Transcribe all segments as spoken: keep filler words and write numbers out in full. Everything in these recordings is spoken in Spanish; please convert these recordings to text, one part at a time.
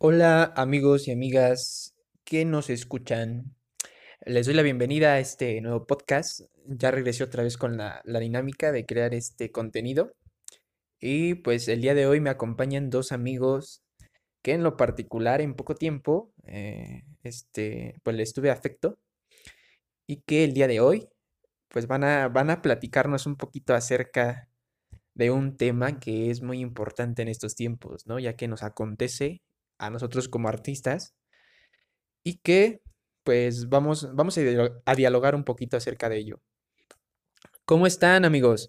Hola amigos y amigas que nos escuchan. Les doy la bienvenida a este nuevo podcast. Ya regresé otra vez con la, la dinámica de crear este contenido. Y pues el día de hoy me acompañan dos amigos que en lo particular en poco tiempo eh, este, pues les tuve afecto y que el día de hoy pues van a, van a platicarnos un poquito acerca de un tema que es muy importante en estos tiempos, ¿no? Ya que nos acontece a nosotros como artistas y que pues vamos, vamos a, dialo- a dialogar un poquito acerca de ello. ¿Cómo están, amigos?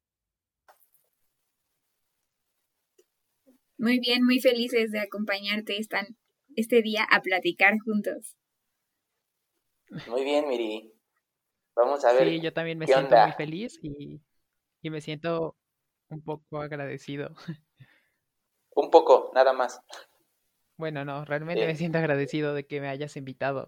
Muy bien, muy felices de acompañarte esta, este día a platicar juntos. Muy bien, Miri. Vamos a Sí, ver yo también me qué siento muy onda. feliz y, y me siento un poco agradecido. Un poco, nada más. Bueno, no, realmente me Eh, siento agradecido de que me hayas invitado.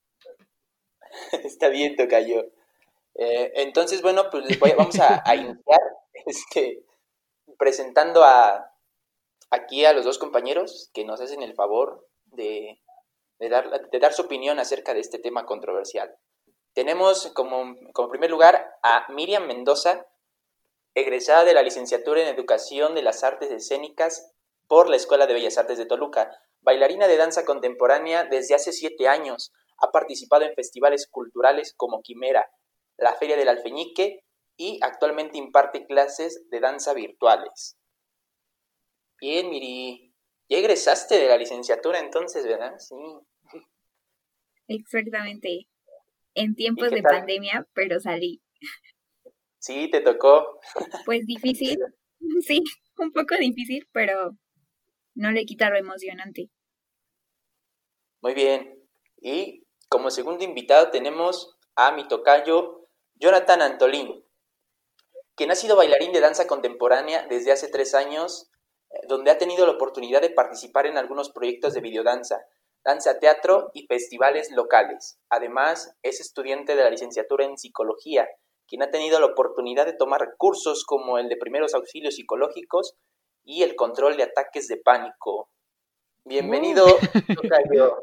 está bien, tocayo. Eh, entonces, bueno, pues voy- vamos a, a iniciar este, presentando a, aquí a los dos compañeros que nos hacen el favor de, de dar, de dar su opinión acerca de este tema controversial. Tenemos como, como primer lugar a Miriam Mendoza, egresada de la licenciatura en Educación de las Artes Escénicas por la Escuela de Bellas Artes de Toluca, bailarina de danza contemporánea desde hace siete años. Ha participado en festivales culturales como Quimera, la Feria del Alfeñique y actualmente imparte clases de danza virtuales. Bien, Miri, ya egresaste de la licenciatura entonces, ¿verdad? Sí. Exactamente, en ¿Y tiempos qué de tal? pandemia, pero salí. Sí, te tocó. Pues difícil, sí, un poco difícil, pero no le quita lo emocionante. Muy bien. Y como segundo invitado tenemos a mi tocayo Jonathan Antolín, quien ha sido bailarín de danza contemporánea desde hace tres años, eh, donde ha tenido la oportunidad de participar en algunos proyectos de videodanza, danza teatro y festivales locales. Además, es estudiante de la licenciatura en psicología, quien ha tenido la oportunidad de tomar cursos como el de primeros auxilios psicológicos y el control de ataques de pánico. ¡Wow! Bienvenido, tocayo.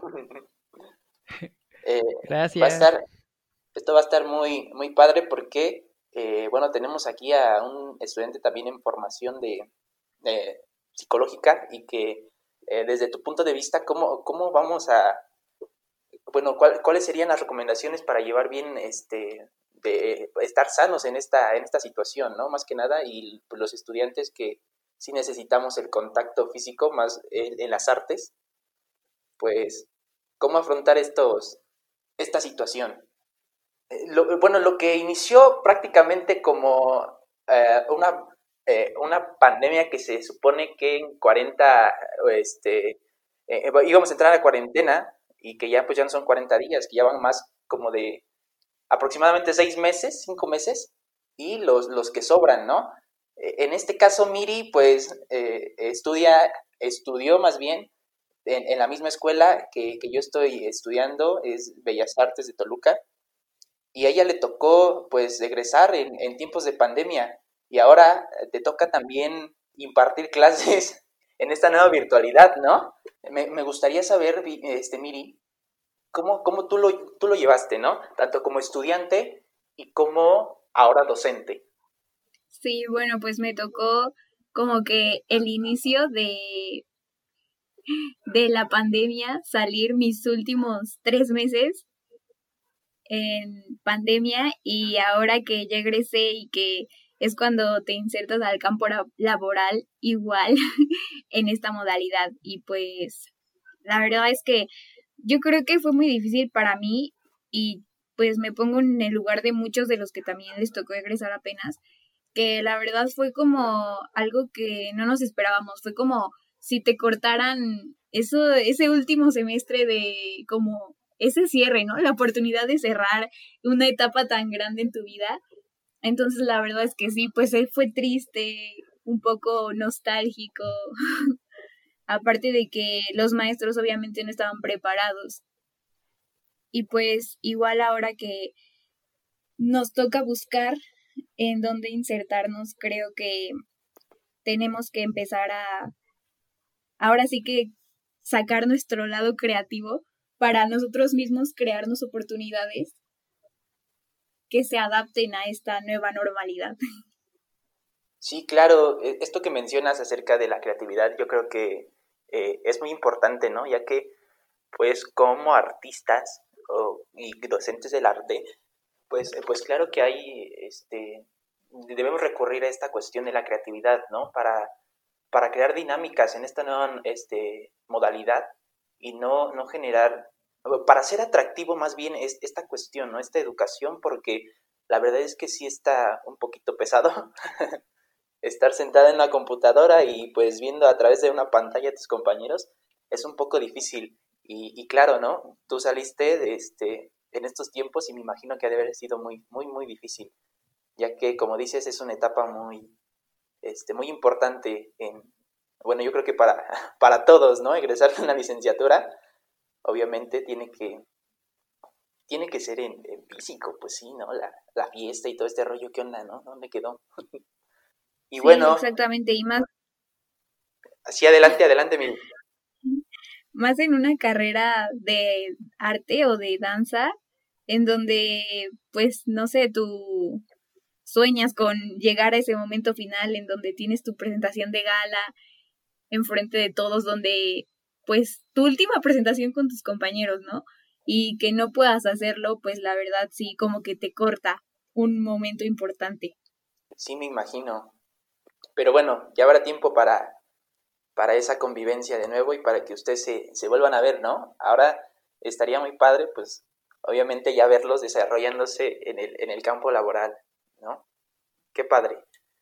eh, va a Gracias. estar, esto va a estar muy, muy padre porque, eh, bueno, tenemos aquí a un estudiante también en formación de, de psicológica y que eh, desde tu punto de vista, ¿cómo, cómo vamos a, bueno, cuál, cuáles serían las recomendaciones para llevar bien, este, de estar sanos en esta, en esta situación, ¿no? Más que nada, y pues, los estudiantes que sí necesitamos el contacto físico más en, en las artes, pues, ¿cómo afrontar estos, esta situación? Eh, lo, bueno, lo que inició prácticamente como eh, una, eh, una pandemia que se supone que en cuarenta, este, eh, íbamos a entrar a cuarentena y que ya pues ya no son cuarenta días, que ya van más como de aproximadamente seis meses, cinco meses, y los, los que sobran, ¿no? Eh, En este caso, Miri, pues eh, estudia, estudió más bien en, en la misma escuela que, que yo estoy estudiando, es Bellas Artes de Toluca, y a ella le tocó pues egresar en, en tiempos de pandemia y ahora te toca también impartir clases en esta nueva virtualidad, ¿no? Me, me gustaría saber, este, Miri, cómo, cómo tú, lo, tú lo llevaste, ¿no? Tanto como estudiante y como ahora docente. Sí, bueno, pues me tocó como que el inicio de, de la pandemia, salir mis últimos tres meses en pandemia y ahora que ya egresé y que es cuando te insertas al campo laboral igual en esta modalidad. Y pues la verdad es que yo creo que fue muy difícil para mí y pues me pongo en el lugar de muchos de los que también les tocó egresar apenas, que la verdad fue como algo que no nos esperábamos, fue como si te cortaran eso, ese último semestre de como ese cierre, ¿no? La oportunidad de cerrar una etapa tan grande en tu vida. Entonces la verdad es que sí, pues él fue triste, un poco nostálgico, aparte de que los maestros obviamente no estaban preparados. Y pues igual ahora que nos toca buscar en dónde insertarnos, creo que tenemos que empezar a, ahora sí que sacar nuestro lado creativo para nosotros mismos crearnos oportunidades que se adapten a esta nueva normalidad. Sí, claro, e- esto que mencionas acerca de la creatividad, yo creo que eh, es muy importante, ¿no? Ya que, pues, como artistas o, y docentes del arte, pues, eh, pues claro que hay, este, debemos recurrir a esta cuestión de la creatividad, ¿no? Para, para crear dinámicas en esta nueva, este, modalidad y no, no generar, para ser atractivo más bien es esta cuestión, ¿no? Esta educación, porque la verdad es que sí está un poquito pesado estar sentada en una computadora y pues viendo a través de una pantalla a tus compañeros es un poco difícil. Y, y claro, ¿no? Tú saliste de este, en estos tiempos y me imagino que ha de haber sido muy, muy, muy difícil, ya que, como dices, es una etapa muy, este, muy importante en, bueno, yo creo que para, para todos, ¿no? Egresar de una licenciatura, obviamente tiene que, tiene que ser en, en físico, pues sí, ¿no? La, la fiesta y todo este rollo, ¿qué onda, no? ¿Dónde quedó? Y Sí, bueno, exactamente, y más, así adelante, adelante, mi... más en una carrera de arte o de danza, en donde, pues, no sé, tú sueñas con llegar a ese momento final en donde tienes tu presentación de gala enfrente de todos, donde, pues, tu última presentación con tus compañeros, ¿no? Y que no puedas hacerlo, pues, la verdad, sí, como que te corta un momento importante. Sí, me imagino. Pero bueno, ya habrá tiempo para, para esa convivencia de nuevo y para que ustedes se, se vuelvan a ver, ¿no? Ahora estaría muy padre, pues, obviamente ya verlos desarrollándose en el, en el campo laboral, ¿no? Qué padre.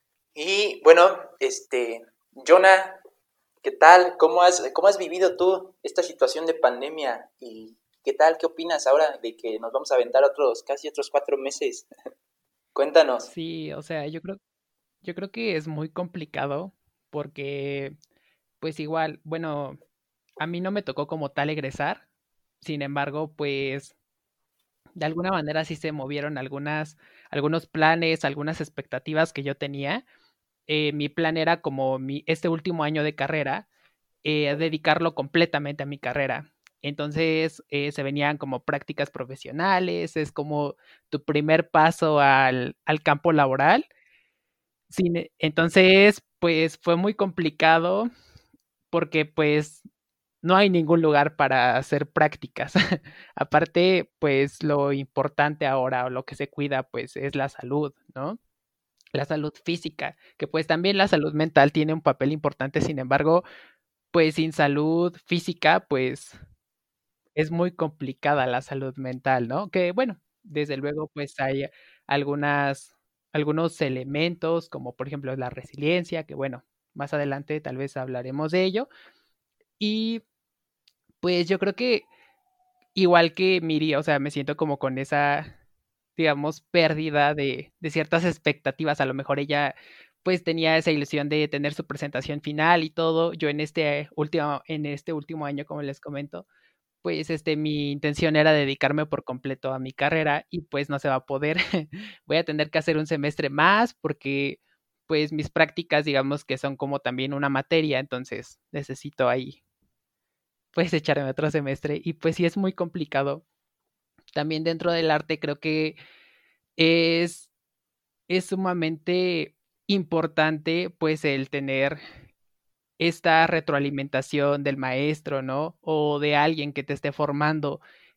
Y bueno, este, Jonah, ¿qué tal? ¿Cómo has, cómo has vivido tú esta situación de pandemia? ¿Y qué tal? ¿Qué opinas ahora de que nos vamos a aventar otros, casi otros cuatro meses? Cuéntanos. Sí, o sea, yo creo, yo creo que es muy complicado porque, pues igual, bueno, a mí no me tocó como tal egresar, sin embargo, pues de alguna manera sí se movieron algunas, algunos planes, algunas expectativas que yo tenía. Eh, mi plan era como mi, este último año de carrera, eh, dedicarlo completamente a mi carrera. Entonces eh, se venían como prácticas profesionales, es como tu primer paso al, al campo laboral. Sin, e- entonces, pues fue muy complicado porque pues no hay ningún lugar para hacer prácticas. Aparte, pues lo importante ahora o lo que se cuida pues es la salud, ¿no? La salud física, que pues también la salud mental tiene un papel importante, sin embargo, pues sin salud física, pues es muy complicada la salud mental, ¿no? Que bueno, desde luego pues hay algunas, algunos elementos, como por ejemplo la resiliencia, que bueno, más adelante tal vez hablaremos de ello. Y pues yo creo que igual que Miri, o sea, me siento como con esa, digamos, pérdida de, de ciertas expectativas. A lo mejor ella pues tenía esa ilusión de tener su presentación final y todo. Yo en este último, en este último año, como les comento, pues este, mi intención era dedicarme por completo a mi carrera y pues no se va a poder. Voy a tener que hacer un semestre más porque pues mis prácticas, digamos que son como también una materia, entonces necesito ahí pues echarme otro semestre y pues sí es muy complicado. También dentro del arte creo que es, es sumamente importante pues el tener esta retroalimentación del maestro, ¿no? O de alguien que te esté formando.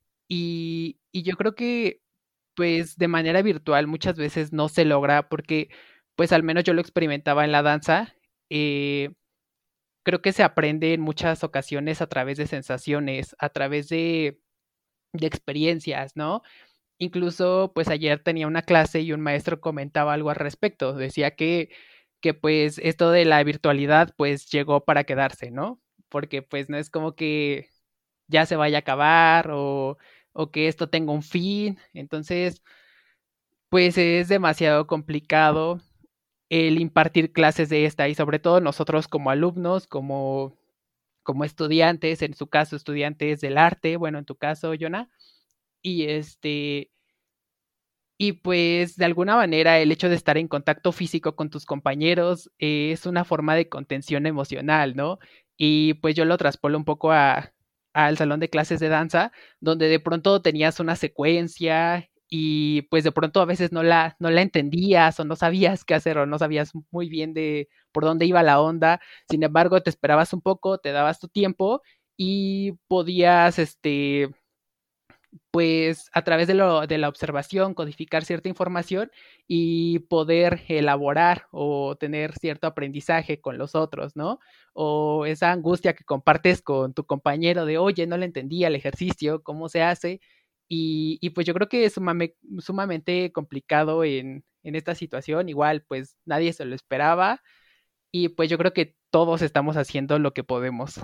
Y, y yo creo que pues de manera virtual muchas veces no se logra porque pues al menos yo lo experimentaba en la danza. eh, Creo que se aprende en muchas ocasiones a través de sensaciones, a través de, de experiencias, ¿no? Incluso, pues ayer tenía una clase y un maestro comentaba algo al respecto. Decía que, que pues esto de la virtualidad pues llegó para quedarse, ¿no? Porque pues no es como que ya se vaya a acabar o, o que esto tenga un fin. Entonces, pues es demasiado complicado el impartir clases de esta y sobre todo nosotros como alumnos, como, como estudiantes, en su caso estudiantes del arte, bueno, en tu caso, Jonah, y este, y pues de alguna manera el hecho de estar en contacto físico con tus compañeros eh, es una forma de contención emocional, ¿no? y pues yo lo traspolo un poco a, al salón de clases de danza, donde de pronto tenías una secuencia y pues de pronto a veces no la, no la entendías o no sabías qué hacer o no sabías muy bien de por dónde iba la onda. Sin embargo, te esperabas un poco, te dabas tu tiempo y podías, este, pues a través de, lo, de la observación, codificar cierta información y poder elaborar o tener cierto aprendizaje con los otros, ¿no? O esa angustia que compartes con tu compañero de, oye, no le entendía el ejercicio, cómo se hace. Y, y pues yo creo que es sumame, sumamente complicado en, en esta situación. Igual, pues nadie se lo esperaba y pues yo creo que todos estamos haciendo lo que podemos.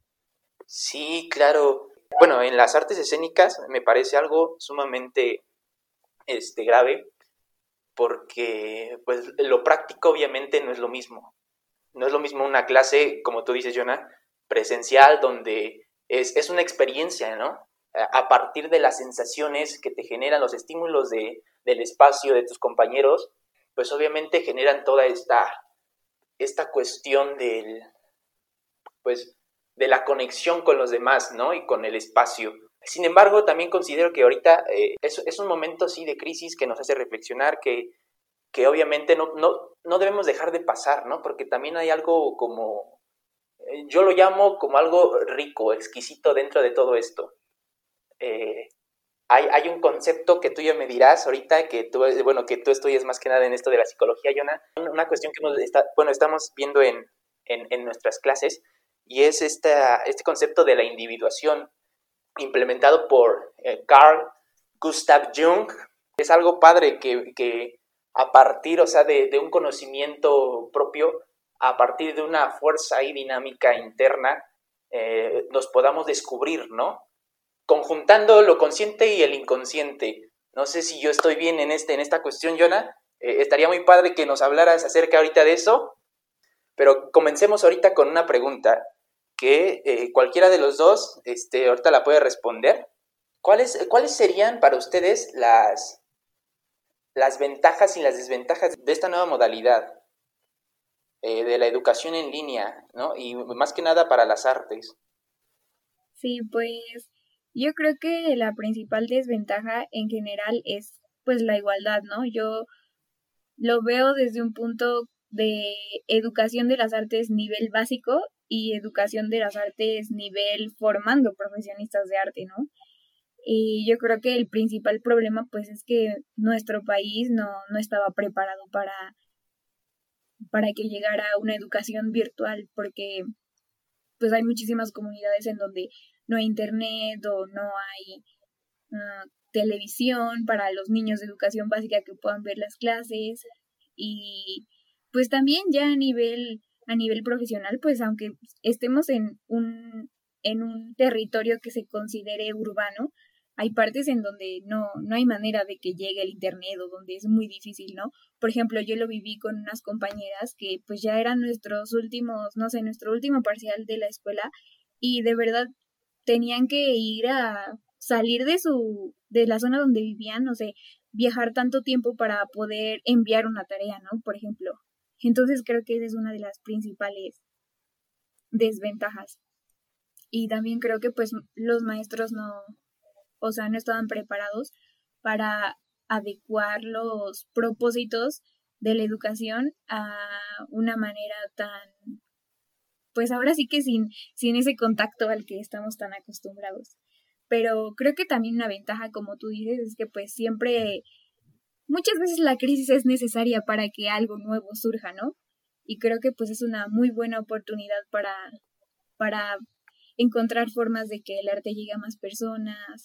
Sí, claro. Bueno, en las artes escénicas me parece algo sumamente este, grave porque pues lo práctico obviamente no es lo mismo. No es lo mismo una clase, como tú dices, Jonah, presencial, donde es, es una experiencia, ¿no? A partir de las sensaciones que te generan los estímulos de, del espacio, de tus compañeros, pues obviamente generan toda esta, esta cuestión del, pues, de la conexión con los demás, ¿no? Y con el espacio. Sin embargo, también considero que ahorita eh, es, es un momento, sí, de crisis que nos hace reflexionar, que, que obviamente no, no, no debemos dejar de pasar, ¿no? Porque también hay algo como, eh, yo lo llamo como algo rico, exquisito dentro de todo esto. Eh, hay, hay un concepto que tú ya me dirás ahorita, que tú, bueno, que tú estudias más que nada en esto de la psicología, Jonah. Una cuestión que hemos está, bueno, estamos viendo en, en, en nuestras clases, y es esta, este concepto de la individuación implementado por eh, Carl Gustav Jung. Es algo padre que, que a partir, o sea, de, de un conocimiento propio, a partir de una fuerza y dinámica interna, eh, nos podamos descubrir, ¿no? Conjuntando lo consciente y el inconsciente. No sé si yo estoy bien en, este, en esta cuestión, Jonah. Eh, estaría muy padre que nos hablaras acerca ahorita de eso, pero comencemos ahorita con una pregunta que eh, cualquiera de los dos este, ahorita la puede responder. ¿Cuáles, ¿Cuáles serían para ustedes las, las ventajas y las desventajas de esta nueva modalidad eh, de la educación en línea, ¿no? Y más que nada para las artes? Sí, pues yo creo que la principal desventaja en general es pues la igualdad, ¿no? Yo lo veo desde un punto de educación de las artes nivel básico y educación de las artes nivel formando profesionistas de arte, ¿no? Y yo creo que el principal problema pues es que nuestro país no, no estaba preparado para, para que llegara una educación virtual, porque pues hay muchísimas comunidades en donde no hay internet o no hay uh, televisión para los niños de educación básica que puedan ver las clases. Y pues también ya a nivel a nivel profesional, pues aunque estemos en un en un territorio que se considere urbano, hay partes en donde no no hay manera de que llegue el internet o donde es muy difícil, ¿no? Por ejemplo, yo lo viví con unas compañeras que pues ya eran nuestros últimos, no sé, nuestro último parcial de la escuela y de verdad tenían que ir a salir de su de la zona donde vivían, no sé, viajar tanto tiempo para poder enviar una tarea, ¿no? Por ejemplo. Entonces creo que esa es una de las principales desventajas. Y también creo que pues los maestros no, o sea, no estaban preparados para adecuar los propósitos de la educación a una manera tan, pues ahora sí que sin, sin ese contacto al que estamos tan acostumbrados. Pero creo que también una ventaja, como tú dices, es que pues siempre, muchas veces la crisis es necesaria para que algo nuevo surja, ¿no? Y creo que pues es una muy buena oportunidad para, para encontrar formas de que el arte llegue a más personas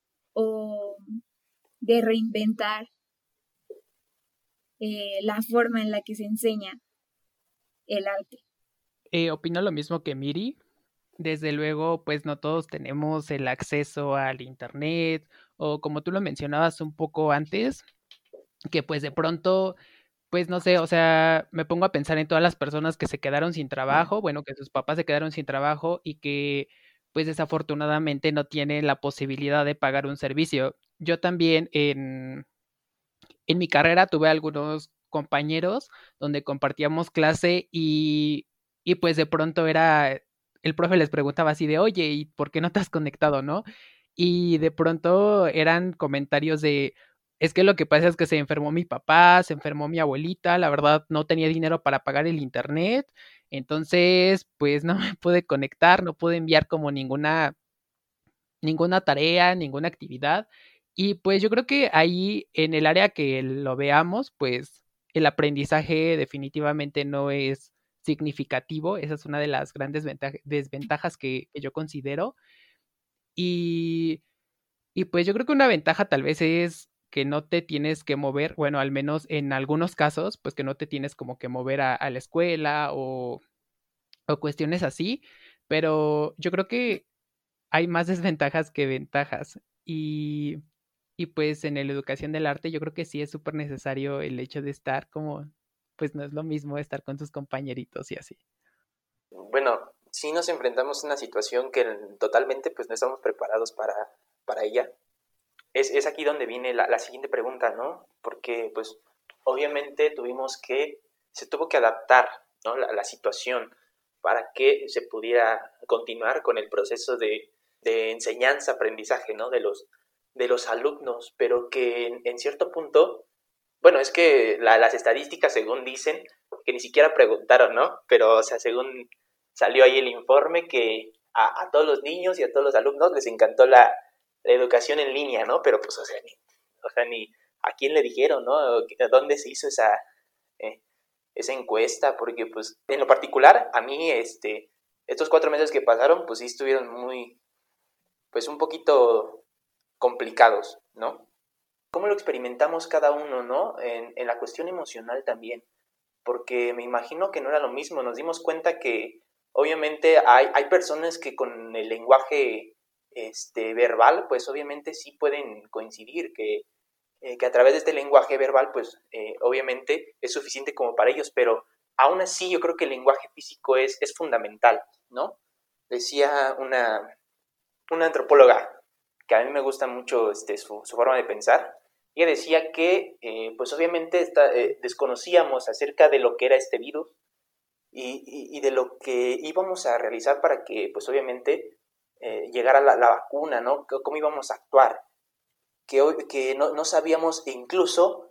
o de reinventar eh, la forma en la que se enseña el arte. Eh, opino lo mismo que Miri. Desde luego, pues no todos tenemos el acceso al internet o como tú lo mencionabas un poco antes, que pues de pronto, pues no sé, o sea, me pongo a pensar en todas las personas que se quedaron sin trabajo, bueno, que sus papás se quedaron sin trabajo y que pues desafortunadamente no tienen la posibilidad de pagar un servicio. Yo también en, en mi carrera tuve algunos compañeros donde compartíamos clase y, y pues de pronto era el profe les preguntaba así de, oye, ¿y por qué no te has conectado, no? Y de pronto eran comentarios de, es que lo que pasa es que se enfermó mi papá, se enfermó mi abuelita, la verdad no tenía dinero para pagar el internet, entonces pues no me pude conectar, no pude enviar como ninguna, ninguna tarea, ninguna actividad. Y pues yo creo que ahí en el área que lo veamos, pues el aprendizaje definitivamente no es significativo. Esa es una de las grandes ventaja- desventajas que, que yo considero. Y, y pues yo creo que una ventaja tal vez es que no te tienes que mover, bueno, al menos en algunos casos, pues que no te tienes como que mover a, a la escuela o, o cuestiones así, pero yo creo que hay más desventajas que ventajas. Y, y pues en la educación del arte yo creo que sí es súper necesario el hecho de estar como, pues no es lo mismo estar con tus compañeritos y así. Bueno, sí nos enfrentamos a una situación que totalmente pues no estamos preparados para, para ella. Es, es aquí donde viene la, la siguiente pregunta, ¿no? Porque pues obviamente tuvimos que, se tuvo que adaptar, ¿no? la, la situación para que se pudiera continuar con el proceso de, de enseñanza-aprendizaje, ¿no? De los, de los alumnos, pero que en, en cierto punto, bueno, es que la, las estadísticas según dicen, que ni siquiera preguntaron, ¿no? Pero, o sea, según salió ahí el informe que a, a todos los niños y a todos los alumnos les encantó la, la educación en línea, ¿no? Pero pues, o sea, ni, o sea, ni a quién le dijeron, ¿no? ¿Dónde se hizo esa, eh, esa encuesta? Porque, pues, en lo particular, a mí, este, estos cuatro meses que pasaron, pues sí estuvieron muy, pues un poquito complicados, ¿no? ¿Cómo lo experimentamos cada uno, ¿no? En, en la cuestión emocional también, porque me imagino que no era lo mismo. Nos dimos cuenta que obviamente hay, hay personas que con el lenguaje este, verbal, pues obviamente sí pueden coincidir, que, eh, que a través de este lenguaje verbal, pues eh, obviamente es suficiente como para ellos, pero aún así yo creo que el lenguaje físico es, es fundamental, ¿no? Decía una, una antropóloga, que a mí me gusta mucho este, su, su forma de pensar. Ella decía que, eh, pues obviamente está, eh, desconocíamos acerca de lo que era este virus y, y, y, de lo que íbamos a realizar para que, pues obviamente, eh, llegara la, la vacuna, ¿no? Cómo íbamos a actuar. Que, que no, no sabíamos incluso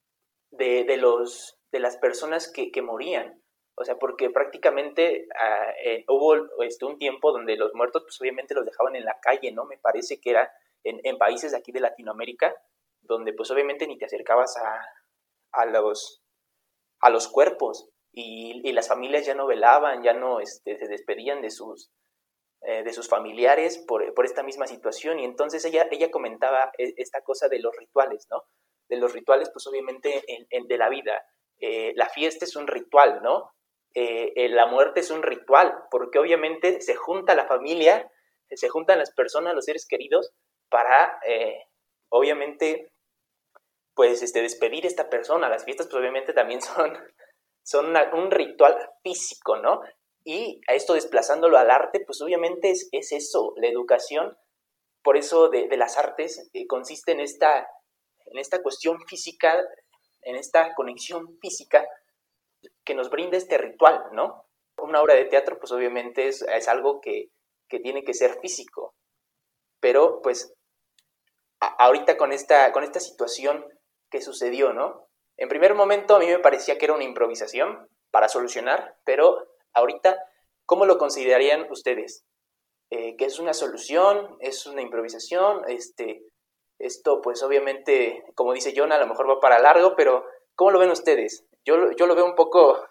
de, de, los, de las personas que, que morían. O sea, porque prácticamente uh, eh, hubo este, un tiempo donde los muertos, pues obviamente los dejaban en la calle, ¿no? Me parece que era en, en países de aquí de Latinoamérica, donde pues obviamente ni te acercabas a, a, los, a los cuerpos y, y las familias ya no velaban, ya no este, se despedían de sus, eh, de sus familiares por, por esta misma situación. Y entonces ella, ella comentaba esta cosa de los rituales, ¿no? De los rituales, pues obviamente en, en, de la vida. Eh, la fiesta es un ritual, ¿no? Eh, la muerte es un ritual, porque obviamente se junta la familia, se juntan las personas, los seres queridos, para, eh, obviamente, pues, este, despedir a esta persona. Las fiestas, pues, obviamente, también son, son una, un ritual físico, ¿no? Y a esto desplazándolo al arte, pues, obviamente es, es eso, la educación, por eso de, de las artes, eh, consiste en esta, en esta cuestión física, en esta conexión física, que nos brinda este ritual, ¿no? Una obra de teatro, pues obviamente es, es algo que, que tiene que ser físico, pero pues a, ahorita con esta, con esta situación que sucedió, ¿no? En primer momento a mí me parecía que era una improvisación para solucionar, pero ahorita, ¿cómo lo considerarían ustedes? Eh, ¿Que es una solución? ¿Es una improvisación? Este, esto pues obviamente, como dice John, a lo mejor va para largo, pero ¿cómo lo ven ustedes? Yo, yo lo veo un poco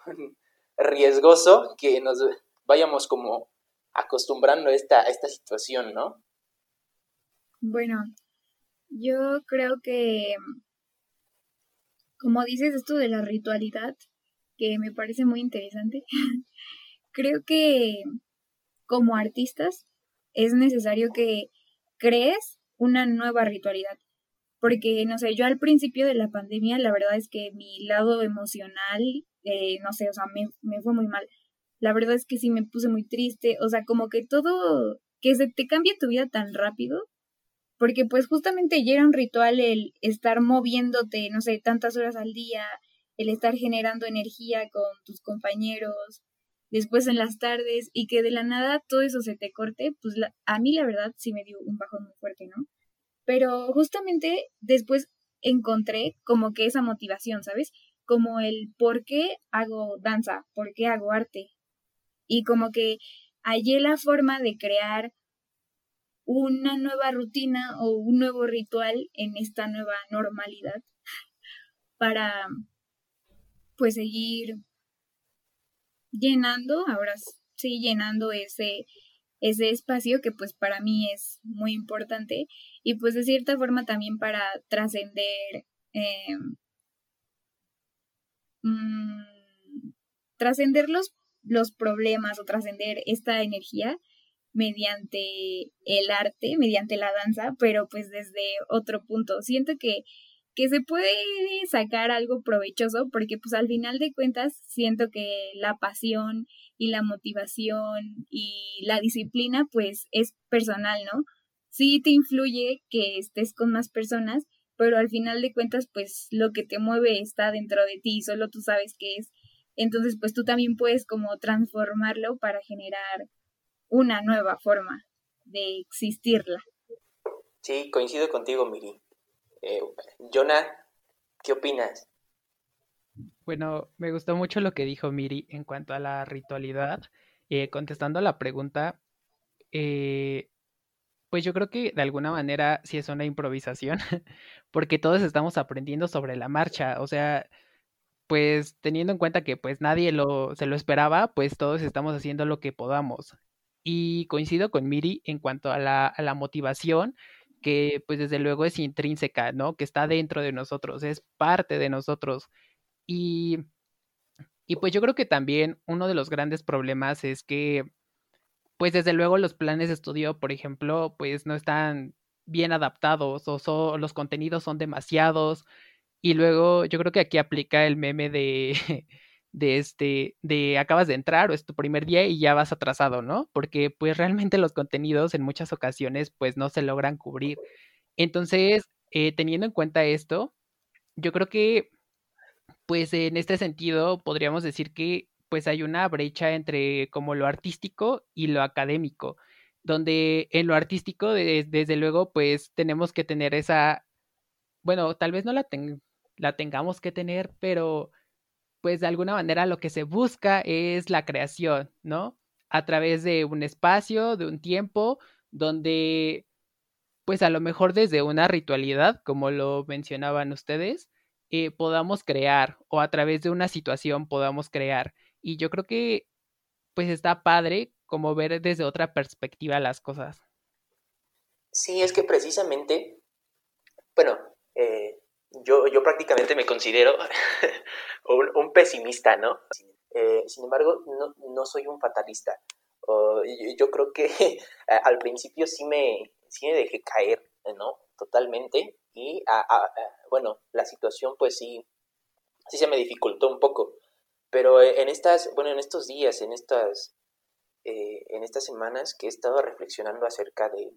riesgoso que nos vayamos como acostumbrando a esta, a esta situación, ¿no? Bueno, yo creo que, como dices, esto de la ritualidad, que me parece muy interesante, creo que como artistas es necesario que crees una nueva ritualidad. Porque, no sé, yo al principio de la pandemia, la verdad es que mi lado emocional, eh, no sé, o sea, me, me fue muy mal. La verdad es que sí me puse muy triste, o sea, como que todo, que se te cambia tu vida tan rápido, porque pues justamente ya era un ritual el estar moviéndote, no sé, tantas horas al día, el estar generando energía con tus compañeros, después en las tardes, y que de la nada todo eso se te corte, pues la, a mí la verdad sí me dio un bajón muy fuerte, ¿no? Pero justamente después encontré como que esa motivación, ¿sabes? Como el por qué hago danza, por qué hago arte. Y como que hallé la forma de crear una nueva rutina o un nuevo ritual en esta nueva normalidad para pues seguir llenando, ahora sí, llenando ese, ese espacio que pues para mí es muy importante y pues de cierta forma también para trascender eh, mmm, trascender los, los problemas o trascender esta energía mediante el arte, mediante la danza, pero pues desde otro punto. Siento que, que se puede sacar algo provechoso porque pues al final de cuentas siento que la pasión y la motivación y la disciplina pues es personal, ¿no? Sí te influye que estés con más personas, pero al final de cuentas pues lo que te mueve está dentro de ti, solo tú sabes qué es. Entonces pues tú también puedes como transformarlo para generar una nueva forma de existirla. Sí, coincido contigo, Miri. Eh, Jonah, ¿qué opinas? Bueno, me gustó mucho lo que dijo Miri en cuanto a la ritualidad. Eh, contestando a la pregunta, eh, pues yo creo que de alguna manera sí es una improvisación, porque todos estamos aprendiendo sobre la marcha. O sea, pues teniendo en cuenta que pues nadie lo, se lo esperaba, pues todos estamos haciendo lo que podamos. Y coincido con Miri en cuanto a la, a la motivación, que pues desde luego es intrínseca, ¿no? Que está dentro de nosotros, es parte de nosotros. Y, y pues yo creo que también uno de los grandes problemas es que pues desde luego los planes de estudio, por ejemplo, pues no están bien adaptados o so- los contenidos son demasiados y luego yo creo que aquí aplica el meme de, de este, de acabas de entrar o es tu primer día y ya vas atrasado, ¿no? Porque pues realmente los contenidos en muchas ocasiones pues no se logran cubrir. Entonces, eh, teniendo en cuenta esto, yo creo que pues en este sentido podríamos decir que pues hay una brecha entre como lo artístico y lo académico, donde en lo artístico de- desde luego pues tenemos que tener esa, bueno, tal vez no la, ten- la tengamos que tener, pero pues de alguna manera lo que se busca es la creación, ¿no? A través de un espacio, de un tiempo, donde pues a lo mejor desde una ritualidad, como lo mencionaban ustedes, eh, podamos crear o a través de una situación podamos crear. Y yo creo que pues está padre como ver desde otra perspectiva las cosas. Sí, es que precisamente, bueno, eh, yo, yo prácticamente me considero un, un pesimista, ¿no? Eh, sin embargo, no, no soy un fatalista. Uh, yo, yo creo que al principio sí me, sí me dejé caer, ¿no? Totalmente. Y, a, a, a, bueno, la situación pues sí, sí se me dificultó un poco. Pero en estas, bueno, en estos días, en estas, eh, en estas semanas que he estado reflexionando acerca de,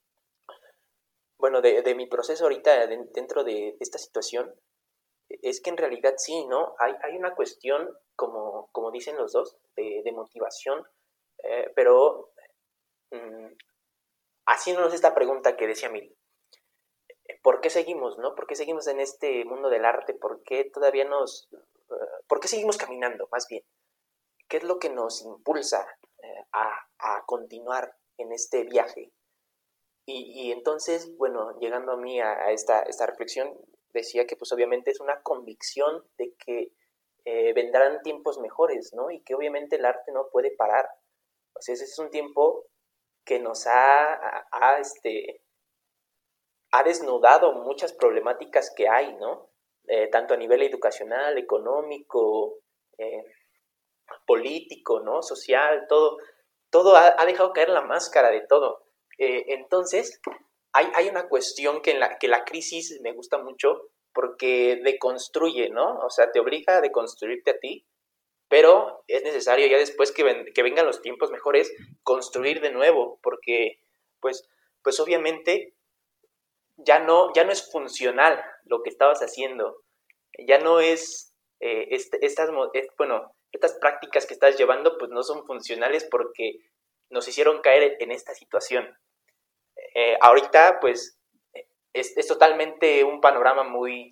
bueno, de, de mi proceso ahorita de, dentro de esta situación, es que en realidad sí, ¿no? Hay, hay una cuestión, como, como dicen los dos, de, de motivación, eh, pero mmm, haciéndonos esta pregunta que decía Miri, ¿por qué seguimos, no? ¿Por qué seguimos en este mundo del arte? ¿Por qué todavía nos... Uh, ¿por qué seguimos caminando, más bien? ¿Qué es lo que nos impulsa eh, a, a continuar en este viaje? Y, y entonces, bueno, llegando a mí a, a esta, esta reflexión, decía que pues obviamente es una convicción de que eh, vendrán tiempos mejores, ¿no? Y que obviamente el arte no puede parar. O sea, ese es un tiempo que nos ha, ha, ha, este, ha desnudado muchas problemáticas que hay, ¿no? Eh, tanto a nivel educacional, económico, eh, político, ¿no? Social, todo, todo ha, ha dejado caer la máscara de todo. Eh, entonces, hay, hay una cuestión que, en la, que la crisis me gusta mucho porque deconstruye, ¿no? O sea, te obliga a deconstruirte a ti, pero es necesario ya después que, ven, que vengan los tiempos mejores construir de nuevo, porque pues, pues obviamente ya no, ya no es funcional lo que estabas haciendo, ya no es eh, este, estas, bueno, estas prácticas que estás llevando pues no son funcionales porque nos hicieron caer en esta situación. Eh, ahorita pues es, es totalmente un panorama muy,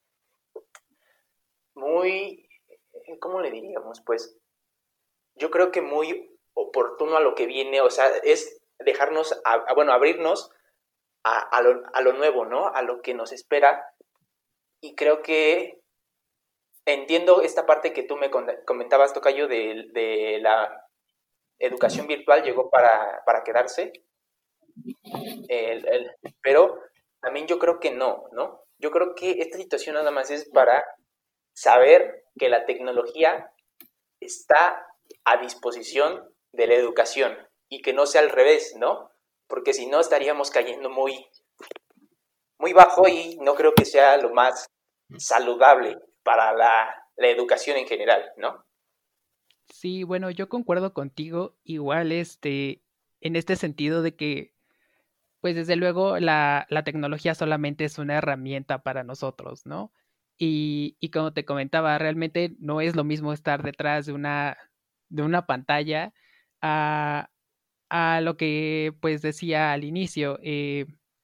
muy, ¿cómo le diríamos? Pues yo creo que muy oportuno a lo que viene, o sea, es dejarnos, a, a, bueno, abrirnos a, a, lo, a lo nuevo, ¿no? A lo que nos espera. Y creo que entiendo esta parte que tú me comentabas, Tocayo, de, de la educación virtual llegó para, para quedarse, el, el, pero también yo creo que no, ¿no? Yo creo que esta situación nada más es para saber que la tecnología está a disposición de la educación y que no sea al revés, ¿no? Porque si no estaríamos cayendo muy, muy bajo y no creo que sea lo más saludable para la, la educación en general, ¿no? Sí, bueno, yo concuerdo contigo, igual este, en este sentido de que, pues desde luego la, la tecnología solamente es una herramienta para nosotros, ¿no? Y, y como te comentaba, realmente no es lo mismo estar detrás de una, de una pantalla a, a lo que pues decía al inicio, eh,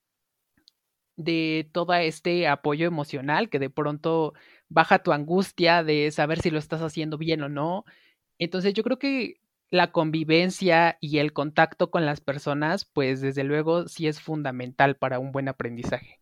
de todo este apoyo emocional que de pronto baja tu angustia de saber si lo estás haciendo bien o no. Entonces yo creo que la convivencia y el contacto con las personas, pues desde luego sí es fundamental para un buen aprendizaje.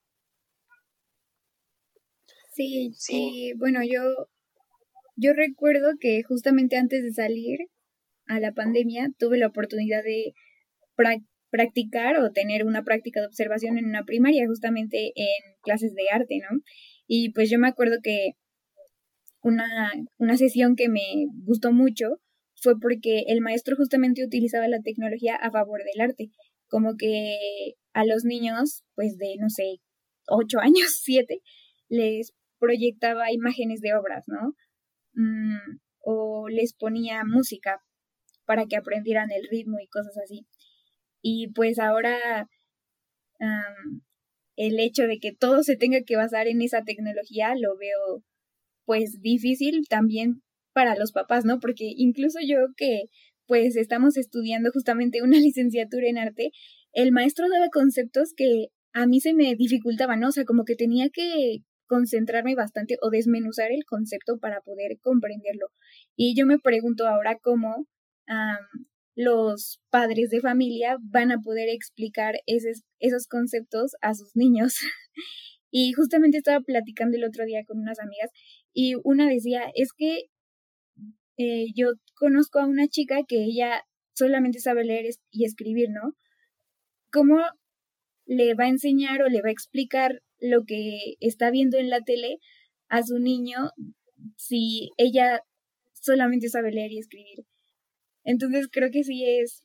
Sí, Sí. y bueno, yo, yo recuerdo que justamente antes de salir a la pandemia tuve la oportunidad de pra- practicar o tener una práctica de observación en una primaria, justamente en clases de arte, ¿no? Y pues yo me acuerdo que una, una sesión que me gustó mucho fue porque el maestro justamente utilizaba la tecnología a favor del arte, como que a los niños, pues de, no sé, ocho años, siete, les proyectaba imágenes de obras, ¿no? Mm, o les ponía música para que aprendieran el ritmo y cosas así. Y pues ahora um, el hecho de que todo se tenga que basar en esa tecnología lo veo pues difícil también para los papás, ¿no? Porque incluso yo que pues estamos estudiando justamente una licenciatura en arte, el maestro daba conceptos que a mí se me dificultaban, ¿no? O sea, como que tenía que concentrarme bastante o desmenuzar el concepto para poder comprenderlo. Y yo me pregunto ahora cómo um, los padres de familia van a poder explicar esos, esos conceptos a sus niños. Y justamente estaba platicando el otro día con unas amigas y una decía, es que eh, yo conozco a una chica que ella solamente sabe leer y escribir, ¿no? ¿Cómo le va a enseñar o le va a explicar lo que está viendo en la tele a su niño si ella solamente sabe leer y escribir? Entonces creo que sí es,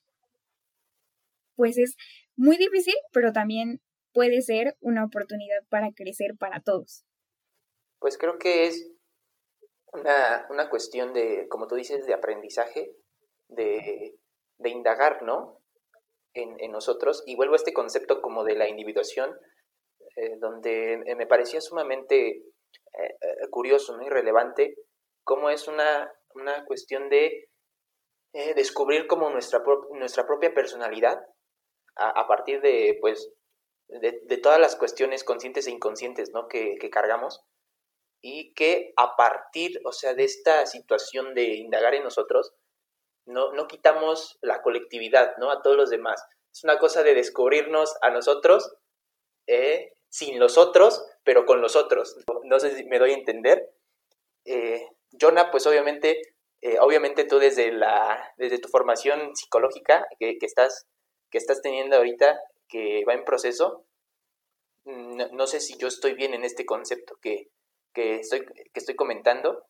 pues es muy difícil, pero también puede ser una oportunidad para crecer para todos. Pues creo que es una, una cuestión de, como tú dices, de aprendizaje, de, de indagar, ¿no? En, en nosotros. Y vuelvo a este concepto como de la individuación, eh, donde me parecía sumamente eh, curioso, ¿no? Y relevante, cómo es una, una cuestión de eh, descubrir como nuestra, pro- nuestra propia personalidad a, a partir de, pues, de, de todas las cuestiones conscientes e inconscientes, ¿no? que, que cargamos. Y que a partir, o sea, de esta situación de indagar en nosotros, no, no quitamos la colectividad, ¿no? A todos los demás. Es una cosa de descubrirnos a nosotros eh, sin los otros, pero con los otros. No, no sé si me doy a entender. Eh, Jonah, pues obviamente, eh, obviamente tú desde, la, desde tu formación psicológica que, que, estás, que estás teniendo ahorita, que va en proceso, no, no sé si yo estoy bien en este concepto que, que, estoy, que estoy comentando,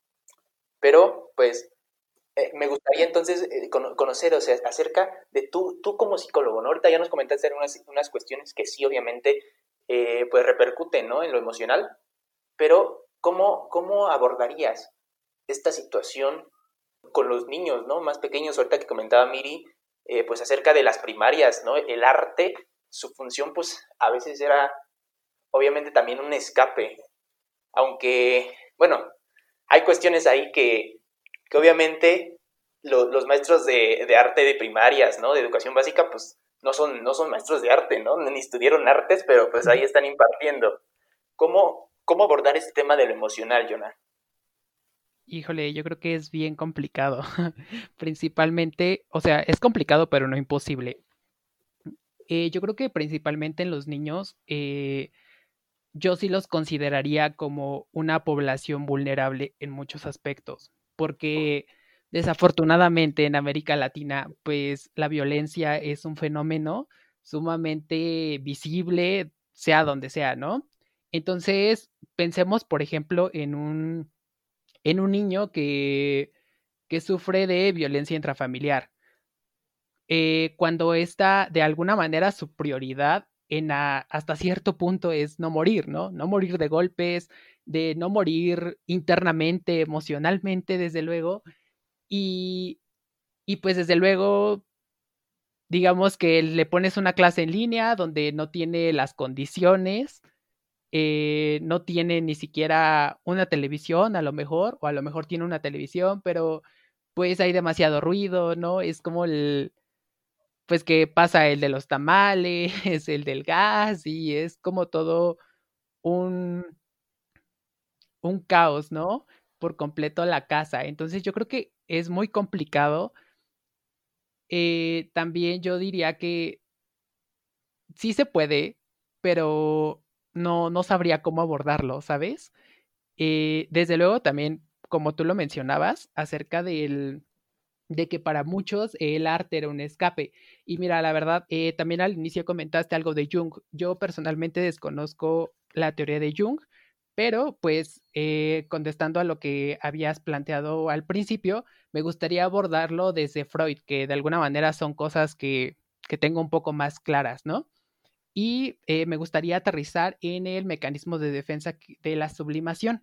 pero pues eh, me gustaría entonces eh, con, conocer, o sea, acerca de tú, tú como psicólogo, ¿no? Ahorita ya nos comentaste unas, unas cuestiones que sí, obviamente, eh, pues repercuten, ¿no? En lo emocional, pero ¿cómo, cómo abordarías esta situación con los niños, ¿no? Más pequeños, ahorita que comentaba Miri, eh, pues acerca de las primarias, ¿no? El arte, su función, pues a veces era, obviamente, también un escape, aunque, bueno, hay cuestiones ahí que, que obviamente lo, los maestros de, de arte de primarias, ¿no? De educación básica, pues no son, no son maestros de arte, ¿no? Ni estudiaron artes, pero pues ahí están impartiendo. ¿Cómo, cómo abordar este tema de lo emocional, Jonah? Híjole, yo creo que es bien complicado. Principalmente, o sea, es complicado, pero no imposible. Eh, yo creo que principalmente en los niños, eh, yo sí los consideraría como una población vulnerable en muchos aspectos, porque desafortunadamente en América Latina, pues la violencia es un fenómeno sumamente visible, sea donde sea, ¿no? Entonces, pensemos, por ejemplo, en un, en un niño que, que sufre de violencia intrafamiliar. Eh, cuando está de alguna manera su prioridad en a, hasta cierto punto es no morir, ¿no? No morir de golpes, de no morir internamente, emocionalmente, desde luego. Y, y pues desde luego, digamos que le pones una clase en línea donde no tiene las condiciones, eh, no tiene ni siquiera una televisión a lo mejor, o a lo mejor tiene una televisión, pero pues hay demasiado ruido, ¿no? Es como el, pues que pasa el de los tamales, el del gas, y es como todo un, un caos, ¿no? Por completo la casa. Entonces yo creo que es muy complicado. Eh, también yo diría que sí se puede, pero no, no sabría cómo abordarlo, ¿sabes? Eh, desde luego también, como tú lo mencionabas, acerca del, de que para muchos el arte era un escape. Y mira, la verdad, eh, también al inicio comentaste algo de Jung. Yo personalmente desconozco la teoría de Jung, pero pues eh, contestando a lo que habías planteado al principio, me gustaría abordarlo desde Freud, que de alguna manera son cosas que, que tengo un poco más claras, ¿no? Y eh, me gustaría aterrizar en el mecanismo de defensa de la sublimación.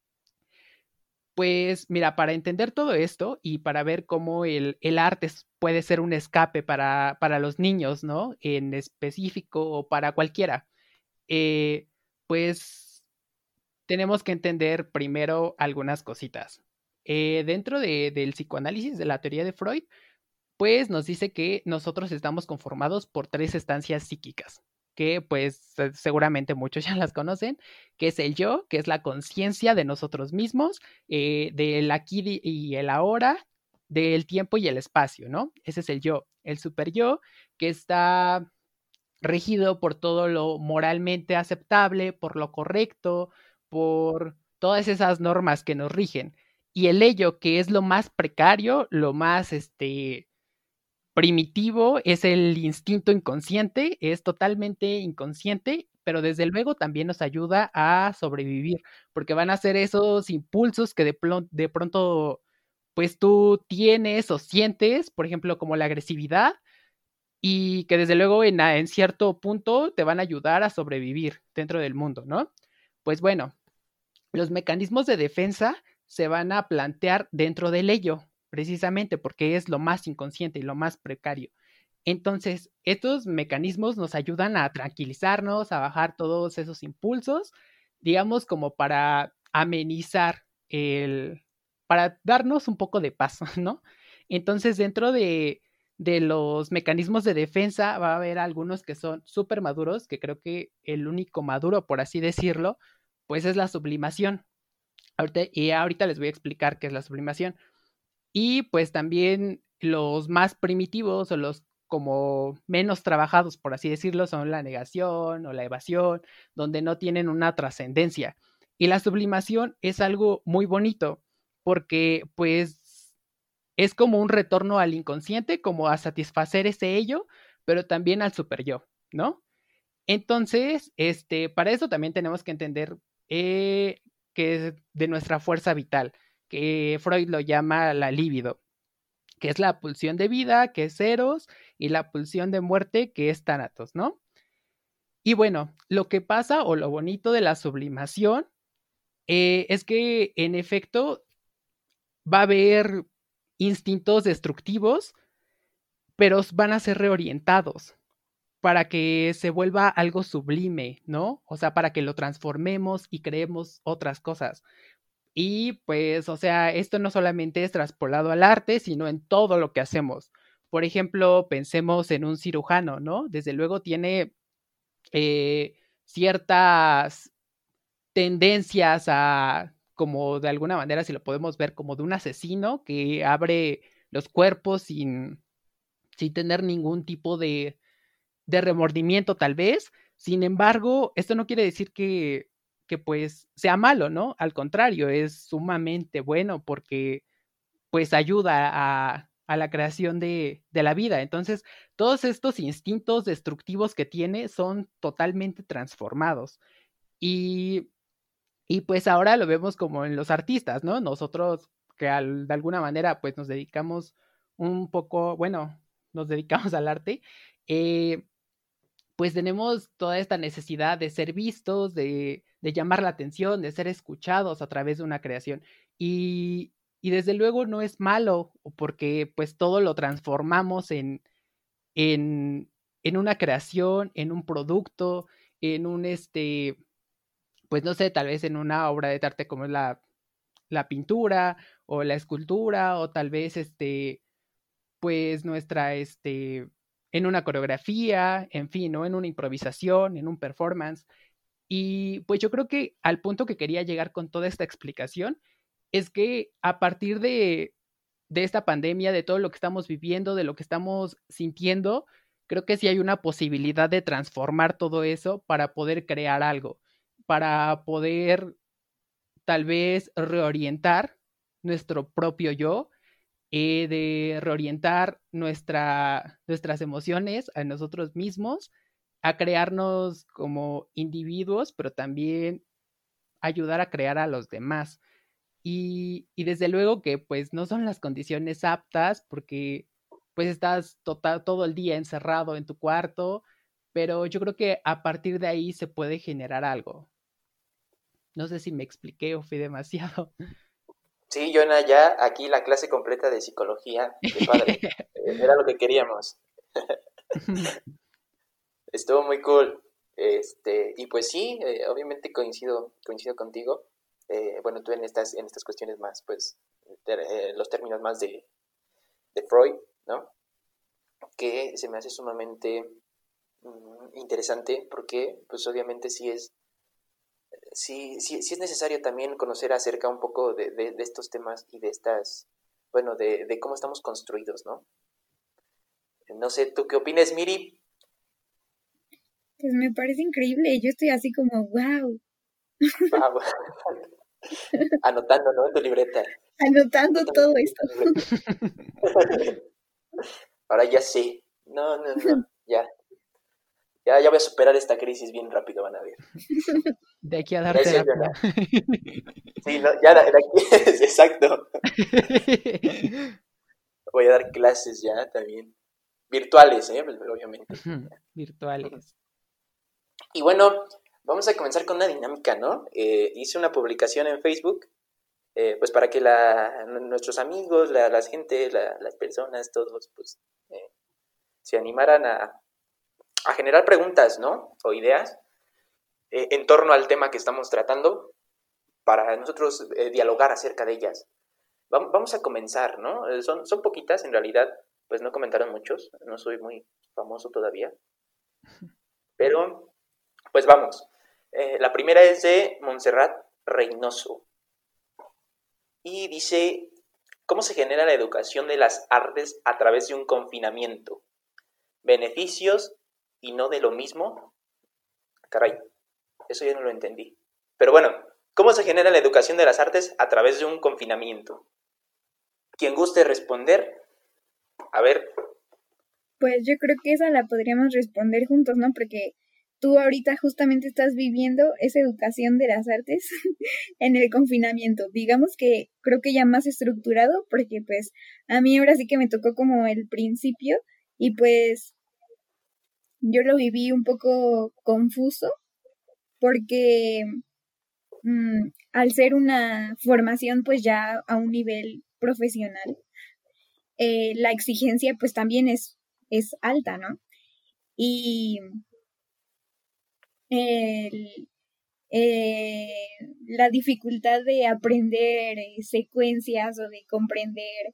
Pues mira, para entender todo esto y para ver cómo el, el arte puede ser un escape para, para los niños, ¿no? En específico o para cualquiera, eh, pues tenemos que entender primero algunas cositas. Eh, dentro de, del psicoanálisis, de la teoría de Freud, pues nos dice que nosotros estamos conformados por tres estancias psíquicas, que pues seguramente muchos ya las conocen, que es el yo, que es la conciencia de nosotros mismos, eh, del aquí y el ahora, del tiempo y el espacio, ¿no? Ese es el yo. El super yo, que está regido por todo lo moralmente aceptable, por lo correcto, por todas esas normas que nos rigen. Y el ello, que es lo más precario, lo más, este, primitivo, es el instinto inconsciente, es totalmente inconsciente, pero desde luego también nos ayuda a sobrevivir, porque van a ser esos impulsos que de, de pronto pues tú tienes o sientes, por ejemplo, como la agresividad, y que desde luego en, en cierto punto te van a ayudar a sobrevivir dentro del mundo, ¿no? Pues bueno, los mecanismos de defensa se van a plantear dentro del ello, precisamente porque es lo más inconsciente y lo más precario. Entonces, estos mecanismos nos ayudan a tranquilizarnos, a bajar todos esos impulsos, digamos como para amenizar el, para darnos un poco de paz, ¿no? Entonces, dentro de, de los mecanismos de defensa va a haber algunos que son súper maduros, que creo que el único maduro, por así decirlo, pues es la sublimación. Ahorita, y ahorita les voy a explicar qué es la sublimación. Y pues también los más primitivos o los como menos trabajados, por así decirlo, son la negación o la evasión, donde no tienen una trascendencia. Y la sublimación es algo muy bonito, porque pues es como un retorno al inconsciente, como a satisfacer ese ello, pero también al super yo, ¿no? Entonces, este, para eso también tenemos que entender eh, que es de nuestra fuerza vital, que Freud lo llama la libido, que es la pulsión de vida, que es Eros, y la pulsión de muerte, que es Thanatos, ¿no? Y bueno, lo que pasa o lo bonito de la sublimación eh, es que en efecto va a haber instintos destructivos, pero van a ser reorientados para que se vuelva algo sublime, ¿no? O sea, para que lo transformemos y creemos otras cosas. Y pues, o sea, esto no solamente es traspolado al arte, sino en todo lo que hacemos. Por ejemplo, pensemos en un cirujano, ¿no? Desde luego tiene eh, ciertas tendencias a, como de alguna manera, si lo podemos ver, como de un asesino que abre los cuerpos sin, sin tener ningún tipo de, de remordimiento, tal vez. Sin embargo, esto no quiere decir que, que pues sea malo, ¿no? Al contrario, es sumamente bueno porque pues ayuda a, a la creación de, de la vida. Entonces, todos estos instintos destructivos que tiene son totalmente transformados. Y, y pues ahora lo vemos como en los artistas, ¿no? Nosotros que al, de alguna manera pues nos dedicamos un poco, bueno, nos dedicamos al arte, eh, pues tenemos toda esta necesidad de ser vistos, de, de llamar la atención, de ser escuchados a través de una creación. Y, y desde luego no es malo, porque pues todo lo transformamos en, en, en una creación, en un producto, en un, este, pues no sé, tal vez en una obra de arte como es la, la pintura o la escultura, o tal vez este, pues nuestra, este, en una coreografía, en fin, ¿no? En una improvisación, en un performance. Y pues yo creo que al punto que quería llegar con toda esta explicación es que a partir de, de esta pandemia, de todo lo que estamos viviendo, de lo que estamos sintiendo, creo que sí hay una posibilidad de transformar todo eso para poder crear algo, para poder tal vez reorientar nuestro propio yo, eh, de reorientar nuestra, nuestras emociones a nosotros mismos, a crearnos como individuos, pero también ayudar a crear a los demás. Y, y desde luego que pues no son las condiciones aptas porque pues estás total, todo el día encerrado en tu cuarto, pero yo creo que a partir de ahí se puede generar algo. No sé si me expliqué o fui demasiado. Sí, Jonah, ya aquí la clase completa de psicología, qué padre. Eh, Era lo que queríamos. Estuvo muy cool. Este, y pues sí, eh, obviamente coincido, coincido contigo. Eh, bueno, tú en estas, en estas cuestiones más, pues, ter- eh, los términos más de, de Freud, ¿no? Que se me hace sumamente mm, interesante porque, pues, obviamente sí es, sí, sí, sí es necesario también conocer acerca un poco de, de, de estos temas y de estas, bueno, de, de cómo estamos construidos, ¿no? No sé, ¿tú qué opinas, Miri? Pues me parece increíble. Yo estoy así como, wow, Ah, bueno, anotando, ¿no? En tu libreta. anotando Anotando todo en esto. tu libreta. Ahora ya sé. No, no, no. Ya. Ya, ya voy a superar esta crisis bien rápido, van a ver. De aquí a dar Gracias, terapia. Jonah. Sí, no, ya, de aquí, exacto. Voy a dar clases ya también. Virtuales, ¿eh? Pues, obviamente. Virtuales. Y bueno, vamos a comenzar con una dinámica, ¿no? Eh, hice una publicación en Facebook, eh, pues para que la, nuestros amigos, la, la gente, la, las personas, todos, pues, eh, se animaran a, a generar preguntas, ¿no? O ideas eh, en torno al tema que estamos tratando para nosotros eh, dialogar acerca de ellas. Vamos, vamos a comenzar, ¿no? Eh, son, son poquitas, en realidad, pues no comentaron muchos, no soy muy famoso todavía, pero pues vamos. Eh, la primera es de Montserrat Reynoso y dice, ¿cómo se genera la educación de las artes a través de un confinamiento? ¿Beneficios y no de lo mismo? Caray, eso yo no lo entendí. Pero bueno, ¿cómo se genera la educación de las artes a través de un confinamiento? Quien guste responder, a ver. Pues yo creo que esa la podríamos responder juntos, ¿no? Porque tú ahorita justamente estás viviendo esa educación de las artes en el confinamiento. Digamos que creo que ya más estructurado, porque pues a mí ahora sí que me tocó como el principio y pues yo lo viví un poco confuso porque mmm, al ser una formación pues ya a un nivel profesional, eh, la exigencia pues también es, es alta, ¿no? Y el, eh, la dificultad de aprender eh, secuencias o de comprender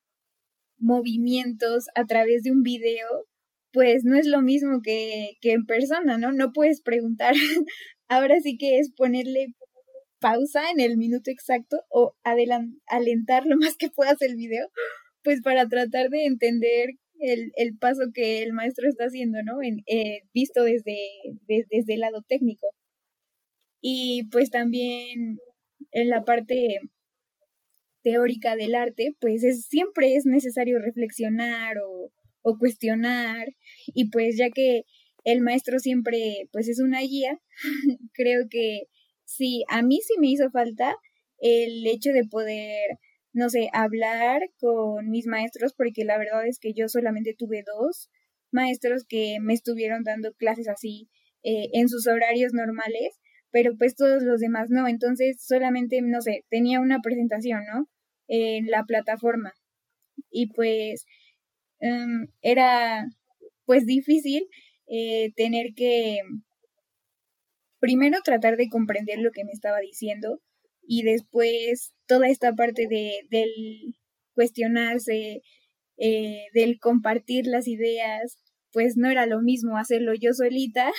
movimientos a través de un video, pues no es lo mismo que, que en persona, ¿no? No puedes preguntar. Ahora sí que es ponerle pausa en el minuto exacto o adelan- alentar lo más que puedas el video, pues para tratar de entender el, el paso que el maestro está haciendo, ¿no? En, eh, visto desde, de- desde el lado técnico. Y pues también en la parte teórica del arte, pues es, siempre es necesario reflexionar o, o cuestionar, y pues ya que el maestro siempre pues es una guía, creo que sí, a mí sí me hizo falta el hecho de poder, no sé, hablar con mis maestros, porque la verdad es que yo solamente tuve dos maestros que me estuvieron dando clases así eh, en sus horarios normales, pero pues todos los demás no, entonces solamente, no sé, tenía una presentación, ¿no? En la plataforma, y pues um, era pues difícil eh, tener que primero tratar de comprender lo que me estaba diciendo, y después toda esta parte de, del cuestionarse, eh, del compartir las ideas, pues no era lo mismo hacerlo yo solita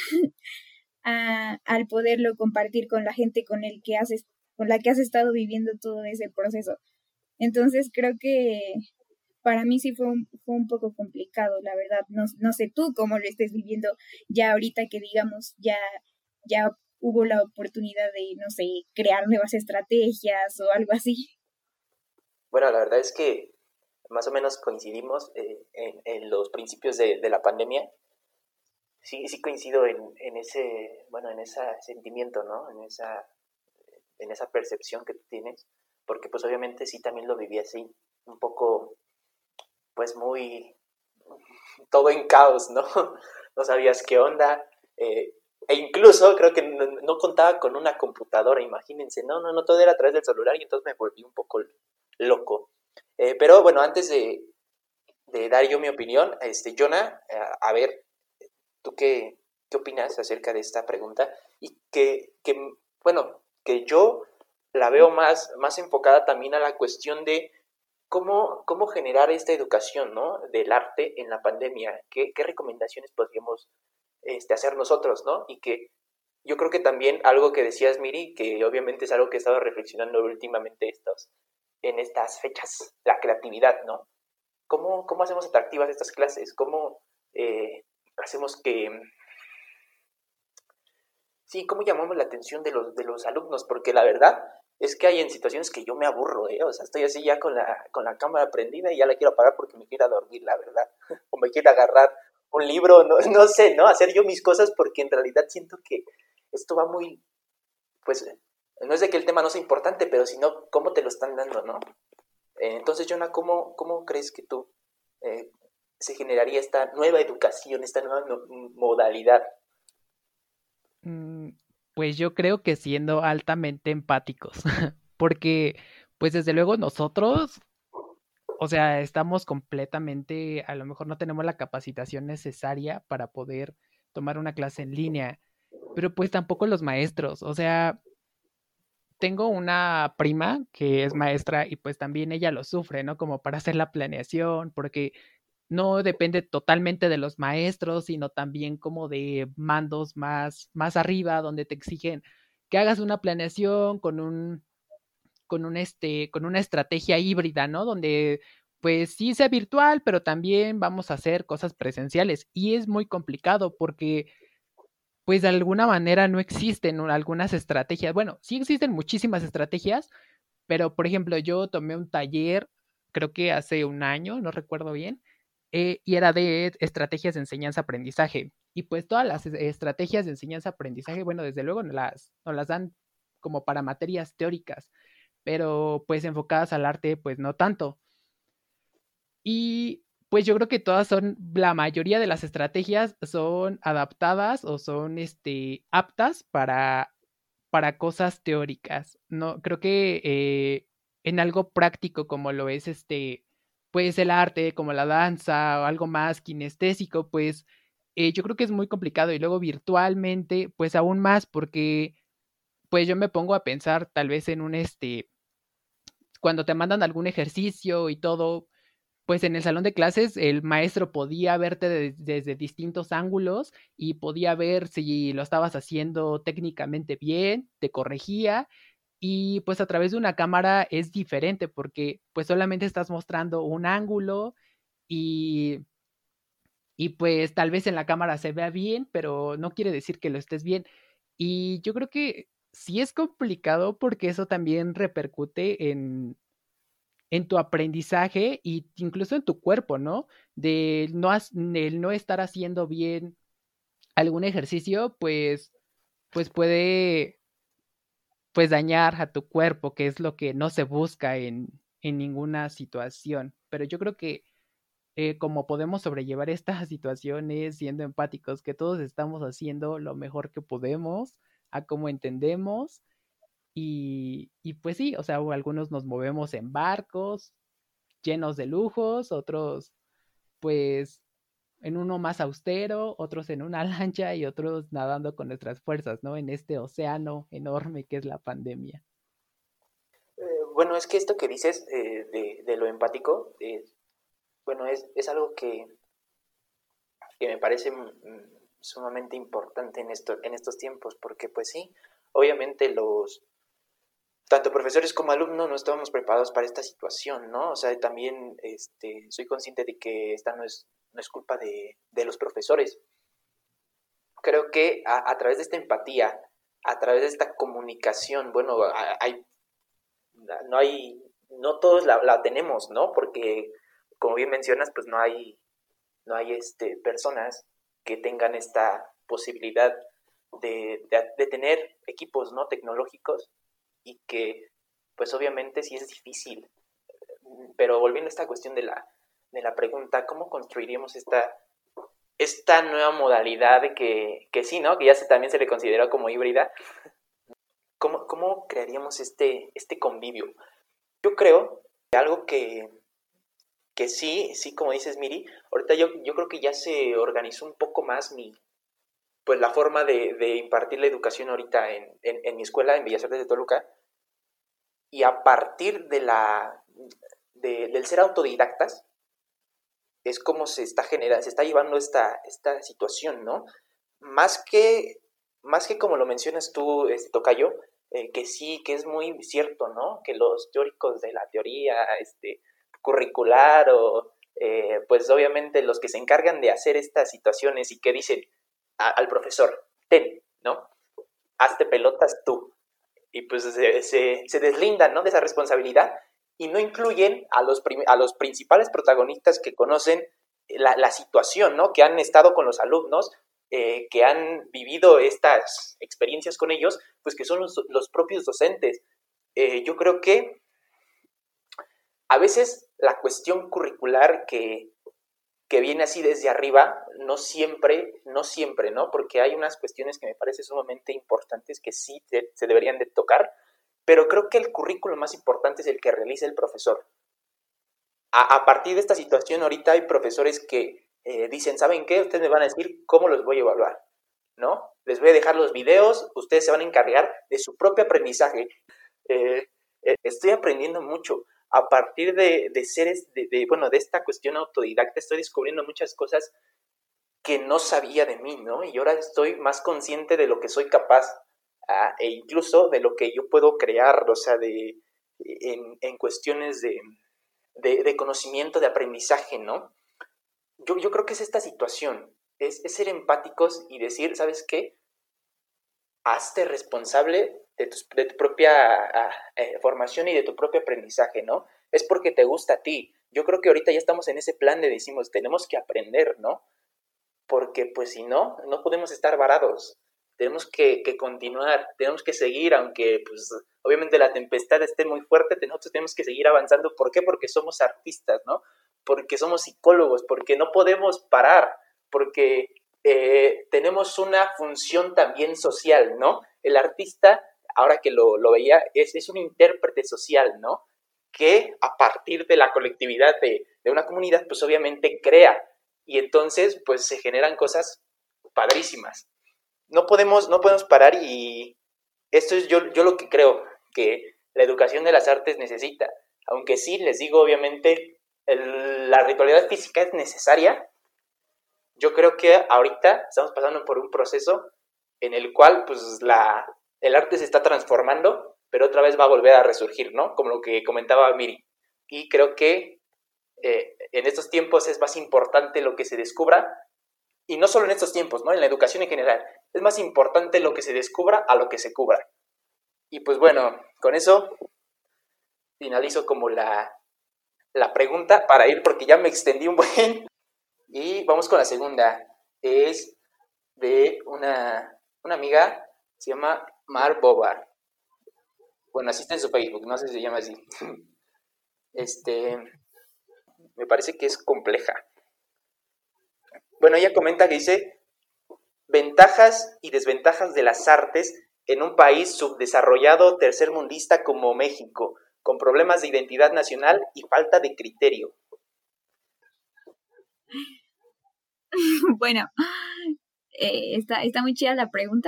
a, al poderlo compartir con la gente con el que has, con la que has estado viviendo todo ese proceso. Entonces creo que para mí sí fue un, fue un poco complicado, la verdad. No, no sé tú cómo lo estés viviendo ya ahorita que digamos ya, ya hubo la oportunidad de, no sé, crear nuevas estrategias o algo así. Bueno, la verdad es que más o menos coincidimos eh, en, en los principios de, de la pandemia. Sí, sí coincido en, en ese, bueno, en ese sentimiento, ¿no? En esa, en esa percepción que tú tienes, porque pues obviamente sí también lo viví así, un poco, pues muy, todo en caos, ¿no? No sabías qué onda, eh, e incluso creo que no, no contaba con una computadora, imagínense, no, no, no, todo era a través del celular y entonces me volví un poco loco. Eh, pero bueno, antes de, de dar yo mi opinión, este, Jonah, a, a ver, ¿tú qué, qué opinas acerca de esta pregunta? Y que, que, bueno, que yo la veo más, más enfocada también a la cuestión de cómo, cómo generar esta educación, ¿no? Del arte en la pandemia. ¿Qué, qué recomendaciones podríamos este, hacer nosotros, ¿no? Y que yo creo que también algo que decías, Miri, que obviamente es algo que he estado reflexionando últimamente estos, en estas fechas, la creatividad, ¿no? ¿Cómo, cómo hacemos atractivas estas clases? ¿Cómo eh, hacemos que... Sí, cómo llamamos la atención de los, de los alumnos? Porque la verdad es que hay en situaciones que yo me aburro, ¿eh? O sea, estoy así ya con la, con la cámara prendida y ya la quiero apagar porque me quiero dormir, la verdad. O me quiero agarrar un libro, no, no sé, ¿no? Hacer yo mis cosas porque en realidad siento que esto va muy, pues, no es de que el tema no sea importante, pero sino cómo te lo están dando, ¿no? Eh, entonces, Jonah, ¿cómo, cómo crees que tú eh, se generaría esta nueva educación, esta nueva no, modalidad? Mm, Pues yo creo que siendo altamente empáticos, porque pues desde luego nosotros, o sea, estamos completamente, a lo mejor no tenemos la capacitación necesaria para poder tomar una clase en línea, pero pues tampoco los maestros, o sea, tengo una prima que es maestra y pues también ella lo sufre, ¿no? Como para hacer la planeación, porque no depende totalmente de los maestros, sino también como de mandos más, más arriba, donde te exigen que hagas una planeación con un, con un este, con una estrategia híbrida, ¿no? Donde pues sí sea virtual, pero también vamos a hacer cosas presenciales. Y es muy complicado porque pues de alguna manera no existen algunas estrategias. Bueno, sí existen muchísimas estrategias, pero por ejemplo, yo tomé un taller, creo que hace un año, no recuerdo bien, eh, y era de estrategias de enseñanza-aprendizaje. Y pues todas las estrategias de enseñanza-aprendizaje, bueno, desde luego nos las, nos las dan como para materias teóricas, pero pues enfocadas al arte, pues no tanto. Y pues yo creo que todas son, la mayoría de las estrategias son adaptadas o son este, aptas para, para cosas teóricas. No, creo que eh, en algo práctico como lo es este, pues el arte, como la danza o algo más kinestésico, pues eh, yo creo que es muy complicado. Y luego virtualmente, pues aún más, porque pues yo me pongo a pensar tal vez en un, este, cuando te mandan algún ejercicio y todo, pues en el salón de clases el maestro podía verte de- desde distintos ángulos y podía ver si lo estabas haciendo técnicamente bien, te corregía y pues a través de una cámara es diferente porque pues solamente estás mostrando un ángulo y, y pues tal vez en la cámara se vea bien, pero no quiere decir que lo estés bien. Y yo creo que sí es complicado porque eso también repercute en en tu aprendizaje y incluso en tu cuerpo, ¿no? De no, has- el no estar haciendo bien algún ejercicio, pues, pues puede pues dañar a tu cuerpo, que es lo que no se busca en, en ninguna situación. Pero yo creo que eh, como podemos sobrellevar estas situaciones siendo empáticos, que todos estamos haciendo lo mejor que podemos, a cómo entendemos. Y, y pues sí, o sea, algunos nos movemos en barcos, llenos de lujos, otros pues en uno más austero, otros en una lancha y otros nadando con nuestras fuerzas, ¿no? En este océano enorme que es la pandemia. Eh, bueno, es que esto que dices eh, de, de lo empático, eh, bueno, es, es algo que, que me parece mm, sumamente importante en, esto, en estos tiempos, porque pues sí, obviamente los, tanto profesores como alumnos no estábamos preparados para esta situación, ¿no? O sea, también este, soy consciente de que esta no es, no es culpa de, de los profesores. Creo que a, a través de esta empatía, a través de esta comunicación, bueno, hay, no hay, no todos la, la tenemos, ¿no? Porque, como bien mencionas, pues no hay, no hay este, personas que tengan esta posibilidad de, de, de tener equipos, ¿no? Tecnológicos y que, pues obviamente sí es difícil. Pero volviendo a esta cuestión de la, de la pregunta, ¿cómo construiríamos esta, esta nueva modalidad de que, que sí, ¿no? Que ya se, también se le considera como híbrida. ¿Cómo, cómo crearíamos este, este convivio? Yo creo que algo que, que sí, sí, como dices, Miri, ahorita yo, yo creo que ya se organizó un poco más mi, pues la forma de, de impartir la educación ahorita en, en, en mi escuela, en Bellas Artes de Toluca, y a partir de la, de, del ser autodidactas, es como se está generando, se está llevando esta, esta situación, ¿no? Más que, más que como lo mencionas tú, este, Tocayo, eh, que sí, que es muy cierto, ¿no? Que los teóricos de la teoría este, curricular o, eh, pues obviamente los que se encargan de hacer estas situaciones y que dicen a, al profesor, ten, ¿no? Hazte pelotas tú. Y pues se, se, se deslindan, ¿no? De esa responsabilidad y no incluyen a los, prim- a los principales protagonistas que conocen la, la situación, ¿no? Que han estado con los alumnos, eh, que han vivido estas experiencias con ellos, pues que son los, los propios docentes. Eh, yo creo que a veces la cuestión curricular que, que viene así desde arriba, no siempre, no siempre, ¿no? Porque hay unas cuestiones que me parecen sumamente importantes que sí te, se deberían de tocar, pero creo que el currículo más importante es el que realiza el profesor. A, a partir de esta situación, ahorita hay profesores que eh, dicen, ¿saben qué? Ustedes me van a decir cómo los voy a evaluar, ¿no? Les voy a dejar los videos, ustedes se van a encargar de su propio aprendizaje. Eh, eh, estoy aprendiendo mucho. A partir de, de seres, de, de, bueno, de esta cuestión autodidacta, estoy descubriendo muchas cosas que no sabía de mí, ¿no? Y ahora estoy más consciente de lo que soy capaz uh, e incluso de lo que yo puedo crear, o sea, de, en, en cuestiones de, de, de conocimiento, de aprendizaje, ¿no? Yo, yo creo que es esta situación, es, es ser empáticos y decir, ¿sabes qué? Hazte responsable de tu, de tu propia uh, eh, formación y de tu propio aprendizaje, ¿no? Es porque te gusta a ti. Yo creo que ahorita ya estamos en ese plan de decimos, tenemos que aprender, ¿no? Porque pues si no, no podemos estar varados. Tenemos que, que continuar, tenemos que seguir, aunque pues obviamente la tempestad esté muy fuerte, nosotros tenemos que seguir avanzando. ¿Por qué? Porque somos artistas, ¿no? Porque somos psicólogos, porque no podemos parar, porque eh, tenemos una función también social, ¿no? El artista, ahora que lo, lo veía, es, es un intérprete social, ¿no? Que a partir de la colectividad de, de una comunidad, pues obviamente crea. Y entonces, pues se generan cosas padrísimas. No podemos, no podemos parar y, esto es yo, yo lo que creo que la educación de las artes necesita. Aunque sí, les digo, obviamente, el, la ritualidad física es necesaria. Yo creo que ahorita estamos pasando por un proceso en el cual pues, la, el arte se está transformando, pero otra vez va a volver a resurgir, ¿no? Como lo que comentaba Miri. Y creo que eh, en estos tiempos es más importante lo que se descubra, y no solo en estos tiempos, ¿no? En la educación en general. Es más importante lo que se descubra a lo que se cubra. Y pues bueno, con eso finalizo como la, la pregunta para ir, porque ya me extendí un buen. Y vamos con la segunda. Es de una, una amiga, se llama Mar Bobar. Bueno, así está en su Facebook, no sé si se llama así. Este, me parece que es compleja. Bueno, ella comenta que dice, ventajas y desventajas de las artes en un país subdesarrollado tercermundista como México, con problemas de identidad nacional y falta de criterio. Bueno, eh, está, está muy chida la pregunta.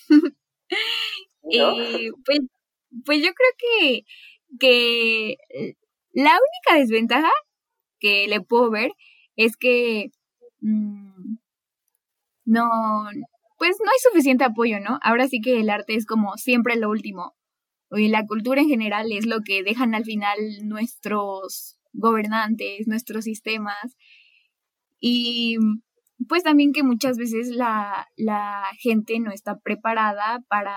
¿No? eh, pues, pues yo creo que, que la única desventaja que le puedo ver es que mmm, no, pues no hay suficiente apoyo, ¿no? Ahora sí que el arte es como siempre lo último. Y la cultura en general es lo que dejan al final nuestros gobernantes, nuestros sistemas. Y pues también que muchas veces la, la gente no está preparada para,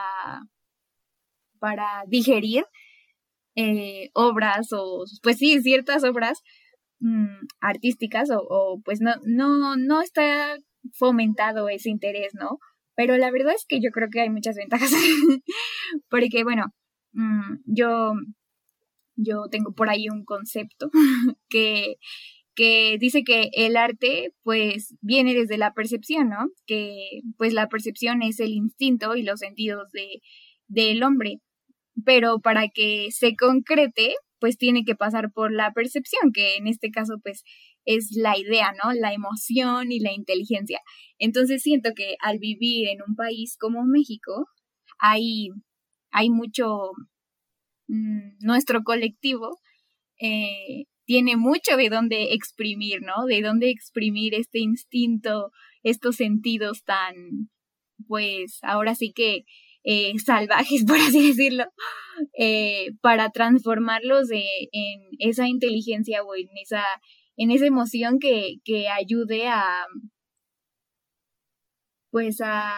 para digerir eh, obras o, pues sí, ciertas obras mmm, artísticas o, o pues no, no, no está fomentado ese interés, ¿no? Pero la verdad es que yo creo que hay muchas ventajas. Porque, bueno, mmm, yo, yo tengo por ahí un concepto que que dice que el arte pues viene desde la percepción, ¿no? Que pues la percepción es el instinto y los sentidos de, del hombre, pero para que se concrete pues tiene que pasar por la percepción, que en este caso pues es la idea, ¿no? La emoción y la inteligencia. Entonces siento que al vivir en un país como México hay, hay mucho, mmm, nuestro colectivo eh, tiene mucho de dónde exprimir, ¿no? De dónde exprimir este instinto, estos sentidos tan, pues, ahora sí que eh, salvajes, por así decirlo, eh, para transformarlos de, en esa inteligencia o en esa, en esa emoción que, que ayude a, pues, a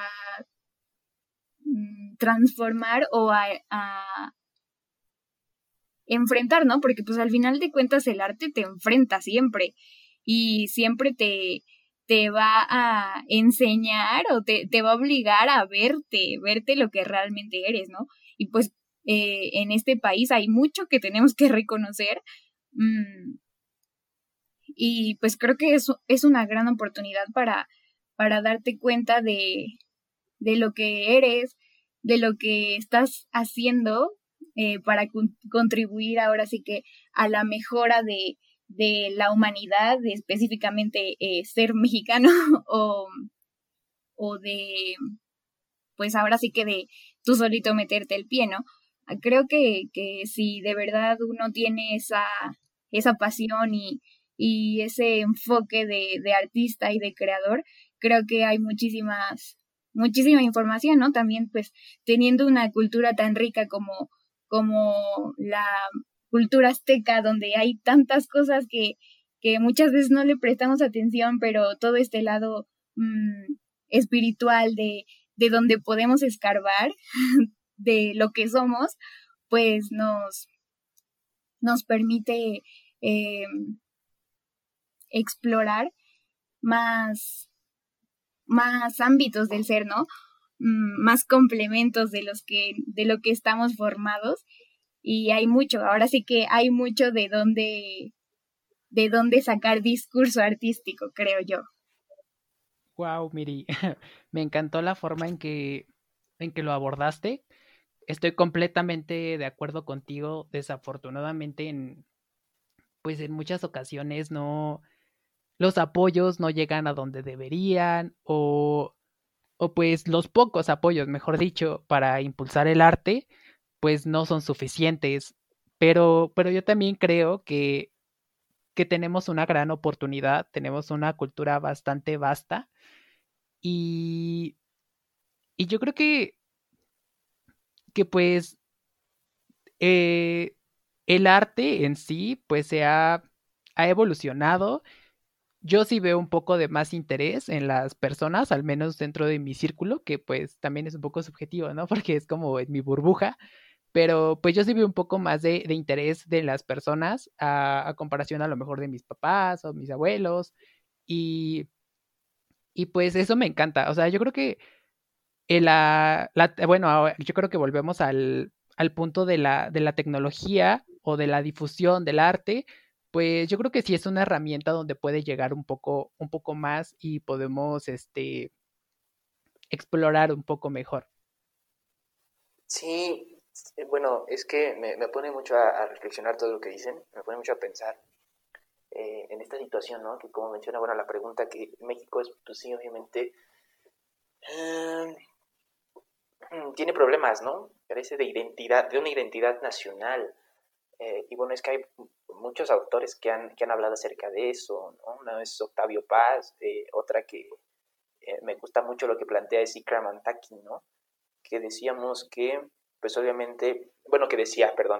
mm, transformar o a, a enfrentar, ¿no? Porque pues al final de cuentas el arte te enfrenta siempre y siempre te, te va a enseñar o te, te va a obligar a verte, verte lo que realmente eres, ¿no? Y pues eh, en este país hay mucho que tenemos que reconocer mmm, y pues creo que es, es una gran oportunidad para, para darte cuenta de, de lo que eres, de lo que estás haciendo eh, para con- contribuir ahora sí que a la mejora de, de la humanidad, de específicamente eh, ser mexicano o, o de, pues ahora sí que de tú solito meterte el pie, ¿no? Creo que, que si de verdad uno tiene esa, esa pasión y, y ese enfoque de, de artista y de creador, creo que hay muchísimas, muchísima información, ¿no? También pues teniendo una cultura tan rica como, como la cultura azteca, donde hay tantas cosas que, que muchas veces no le prestamos atención, pero todo este lado mmm, espiritual de, de donde podemos escarbar de lo que somos, pues nos, nos permite eh, explorar más, más ámbitos del ser, ¿no? Mm, más complementos de los que, de lo que estamos formados. Y hay mucho, ahora sí que hay mucho de dónde, de dónde sacar discurso artístico, creo yo. Wow, Miri, me encantó la forma en que, en que lo abordaste. Estoy completamente de acuerdo contigo. Desafortunadamente, en, pues en muchas ocasiones no, los apoyos no llegan a donde deberían o o pues los pocos apoyos, mejor dicho, para impulsar el arte, pues no son suficientes. Pero, pero yo también creo que, que tenemos una gran oportunidad, tenemos una cultura bastante vasta y, y yo creo que, que pues eh, el arte en sí pues se ha, ha evolucionado. Yo sí veo un poco de más interés en las personas, al menos dentro de mi círculo, que pues también es un poco subjetivo, ¿no? Porque es como en mi burbuja, pero pues yo sí veo un poco más de, de interés de las personas a, a comparación a lo mejor de mis papás o mis abuelos y, y pues eso me encanta. O sea, yo creo que el, la, la- bueno, ahora- yo creo que volvemos al, al punto de la, de la tecnología o de la difusión del arte, pues yo creo que sí es una herramienta donde puede llegar un poco, un poco más y podemos este, explorar un poco mejor. Sí, eh, bueno, es que me, me pone mucho a, a reflexionar todo lo que dicen, me pone mucho a pensar eh, en esta situación, ¿no? Que como menciona, bueno, la pregunta que México es, pues sí, obviamente, eh, tiene problemas, ¿no? Carece de identidad, de una identidad nacional. Eh, y bueno, es que hay muchos autores que han, que han hablado acerca de eso, ¿no? Una es Octavio Paz, eh, otra que eh, me gusta mucho lo que plantea es Ikram Antaki, ¿no? Que decíamos que, pues obviamente, bueno, que decía, perdón,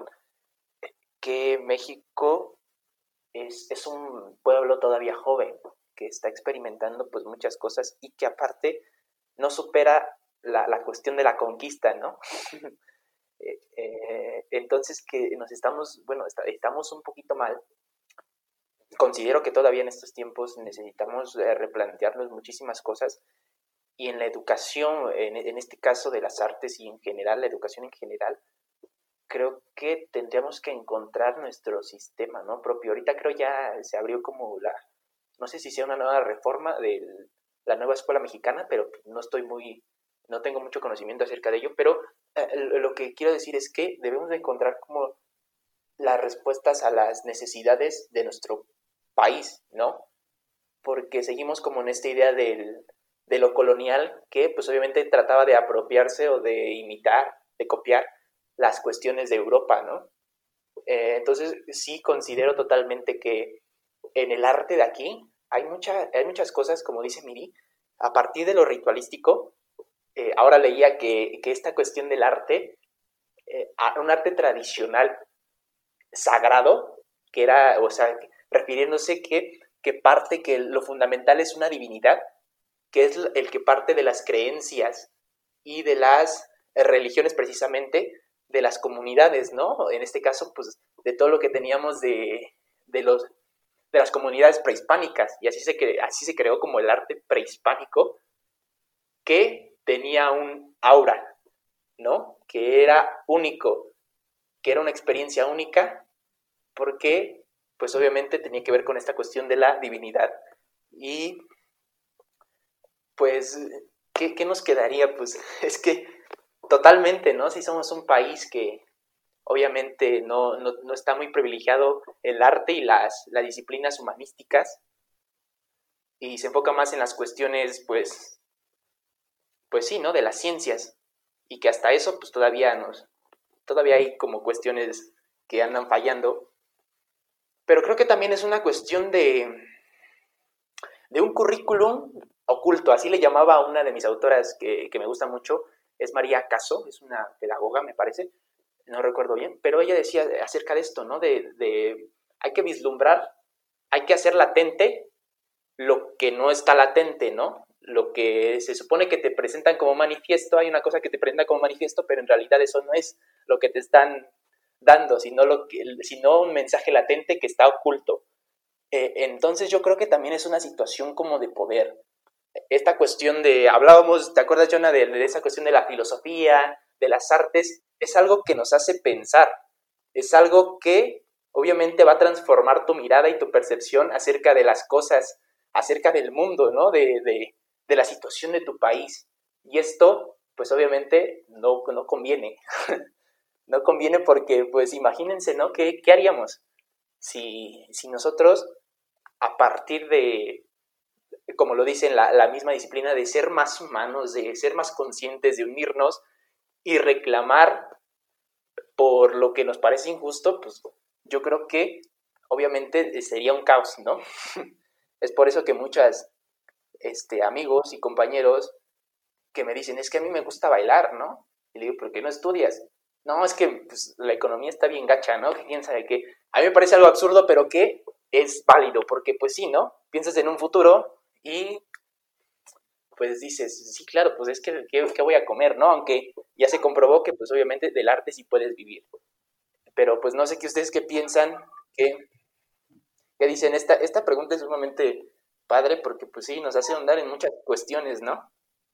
que México es, es un pueblo todavía joven, que está experimentando pues muchas cosas y que aparte no supera la, la cuestión de la conquista, ¿no? eh, eh, entonces que nos estamos, bueno, está, estamos un poquito mal. Considero que todavía en estos tiempos necesitamos eh, replantearnos muchísimas cosas y en la educación, en, en este caso de las artes y en general, la educación en general, creo que tendríamos que encontrar nuestro sistema, ¿no? Propio. Ahorita creo ya se abrió como la, no sé si sea una nueva reforma de la nueva escuela mexicana, pero no estoy muy, no tengo mucho conocimiento acerca de ello, pero eh, lo que quiero decir es que debemos de encontrar como las respuestas a las necesidades de nuestro país, ¿no? Porque seguimos como en esta idea del, de lo colonial que pues obviamente trataba de apropiarse o de imitar, de copiar las cuestiones de Europa, ¿no? Eh, entonces sí considero totalmente que en el arte de aquí hay, mucha, hay muchas cosas, como dice Miri, a partir de lo ritualístico. Eh, ahora leía que, que esta cuestión del arte, eh, un arte tradicional sagrado, que era, o sea, refiriéndose que, que parte que lo fundamental es una divinidad, que es el que parte de las creencias y de las religiones precisamente de las comunidades, ¿no? En este caso, pues, de todo lo que teníamos de, de, los, de las comunidades prehispánicas, y así se, cre, así se creó como el arte prehispánico, que tenía un aura, ¿no? Que era único, que era una experiencia única, porque, pues, obviamente tenía que ver con esta cuestión de la divinidad. Y, pues, ¿qué, qué nos quedaría? Pues, es que totalmente, ¿no? Si somos un país que obviamente no, no, no está muy privilegiado el arte y las, las disciplinas humanísticas y se enfoca más en las cuestiones, pues, pues sí, ¿no? De las ciencias y que hasta eso, pues todavía nos, todavía hay como cuestiones que andan fallando, pero creo que también es una cuestión de, de un currículum oculto, así le llamaba a una de mis autoras que, que me gusta mucho, es María Caso, es una pedagoga, me parece, no recuerdo bien, pero ella decía acerca de esto, ¿no? De, de hay que vislumbrar, hay que hacer latente lo que no está latente, ¿no? Lo que se supone que te presentan como manifiesto, hay una cosa que te presenta como manifiesto, pero en realidad eso no es lo que te están dando, sino, lo que, sino un mensaje latente que está oculto. Eh, entonces yo creo que también es una situación como de poder. Esta cuestión de, hablábamos, ¿te acuerdas, Jonah, de, de esa cuestión de la filosofía, de las artes? Es algo que nos hace pensar, es algo que obviamente va a transformar tu mirada y tu percepción acerca de las cosas, acerca del mundo, ¿no? De, de, de la situación de tu país. Y esto, pues obviamente no, no conviene. No conviene porque, pues imagínense, ¿no? ¿Qué, qué haríamos si, si nosotros, a partir de, como lo dice la, la misma disciplina, de ser más humanos, de ser más conscientes, de unirnos y reclamar por lo que nos parece injusto, pues yo creo que obviamente sería un caos, ¿no? Es por eso que muchas este, amigos y compañeros que me dicen, es que a mí me gusta bailar, ¿no? Y le digo, ¿por qué no estudias? No, es que pues, la economía está bien gacha, ¿no? ¿Quién sabe qué? A mí me parece algo absurdo, pero que es válido, porque pues sí, ¿no? Piensas en un futuro y pues dices, sí, claro, pues es que, ¿qué, qué voy a comer, no? Aunque ya se comprobó que pues obviamente del arte sí puedes vivir. Pero pues no sé qué ustedes qué piensan, qué, qué dicen. Esta, esta pregunta es sumamente padre porque pues sí, nos hace ahondar en muchas cuestiones, ¿no?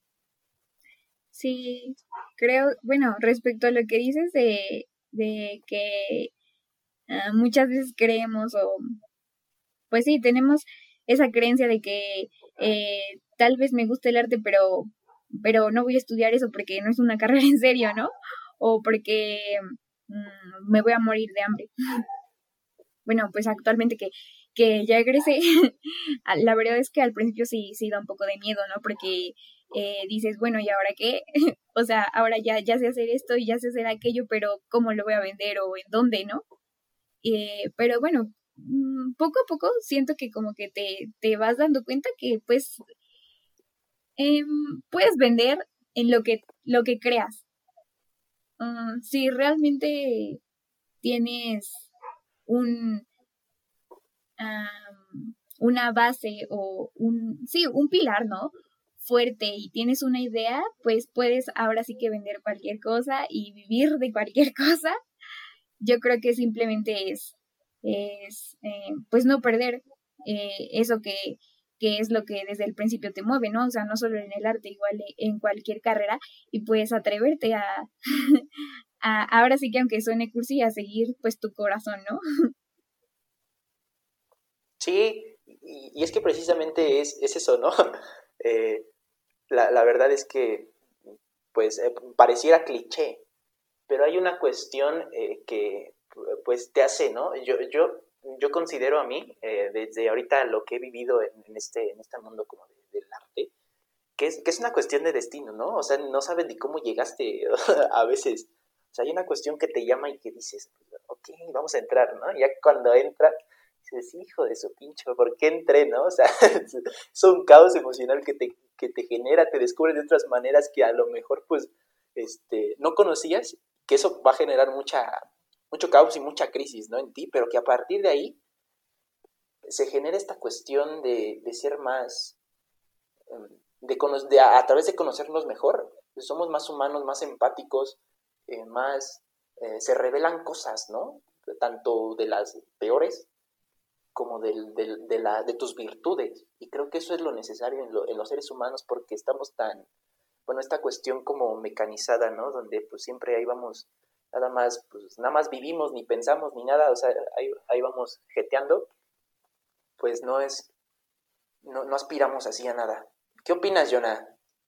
Sí, creo, bueno, respecto a lo que dices de, de que uh, muchas veces creemos o, pues sí, tenemos esa creencia de que eh, tal vez me guste el arte, pero, pero no voy a estudiar eso porque no es una carrera en serio, ¿no? O porque um, me voy a morir de hambre. Bueno, pues actualmente que, que ya egresé, la verdad es que al principio sí, sí da un poco de miedo, ¿no? Porque eh, dices, bueno, ¿y ahora qué? O sea, ahora ya, ya sé hacer esto y ya sé hacer aquello, pero ¿cómo lo voy a vender o en dónde, no? Eh, pero bueno, poco a poco siento que como que te, te vas dando cuenta que pues eh, puedes vender en lo que, lo que creas. Uh, si realmente tienes un um, una base o un, sí, un pilar, ¿no? Fuerte y tienes una idea, pues puedes ahora sí que vender cualquier cosa y vivir de cualquier cosa. Yo creo que simplemente es, es eh, pues no perder eh, eso que, que es lo que desde el principio te mueve, ¿no? O sea, no solo en el arte, igual en cualquier carrera y puedes atreverte a, a ahora sí que aunque suene cursi, a seguir pues tu corazón, ¿no? Sí, y, y es que precisamente es, es eso, ¿no? Eh, la, la verdad es que, pues, eh, pareciera cliché, pero hay una cuestión eh, que, pues, te hace, ¿no? Yo, yo, yo considero a mí, eh, desde ahorita lo que he vivido en, en, este, en este mundo como de, del arte, que es, que es una cuestión de destino, ¿no? O sea, no sabes ni cómo llegaste a veces. O sea, hay una cuestión que te llama y que dices, ok, vamos a entrar, ¿no? Ya cuando entras, dices, hijo de su pincho, ¿por qué entré, no? O sea, es un caos emocional que te, que te genera, te descubres de otras maneras que a lo mejor, pues, este, no conocías, que eso va a generar mucha, mucho caos y mucha crisis, ¿no? En ti, pero que a partir de ahí se genera esta cuestión de, de ser más, de, de a, a través de conocernos mejor, somos más humanos, más empáticos, eh, más, eh, se revelan cosas, ¿no? Tanto de las peores como del, del, de, la, de tus virtudes. Y creo que eso es lo necesario en, lo, en los seres humanos porque estamos tan, bueno, esta cuestión como mecanizada, ¿no? Donde pues siempre ahí vamos, nada más, pues nada más vivimos, ni pensamos, ni nada, o sea, ahí, ahí vamos jeteando, pues no es, no, no aspiramos así a nada. ¿Qué opinas, Jonah?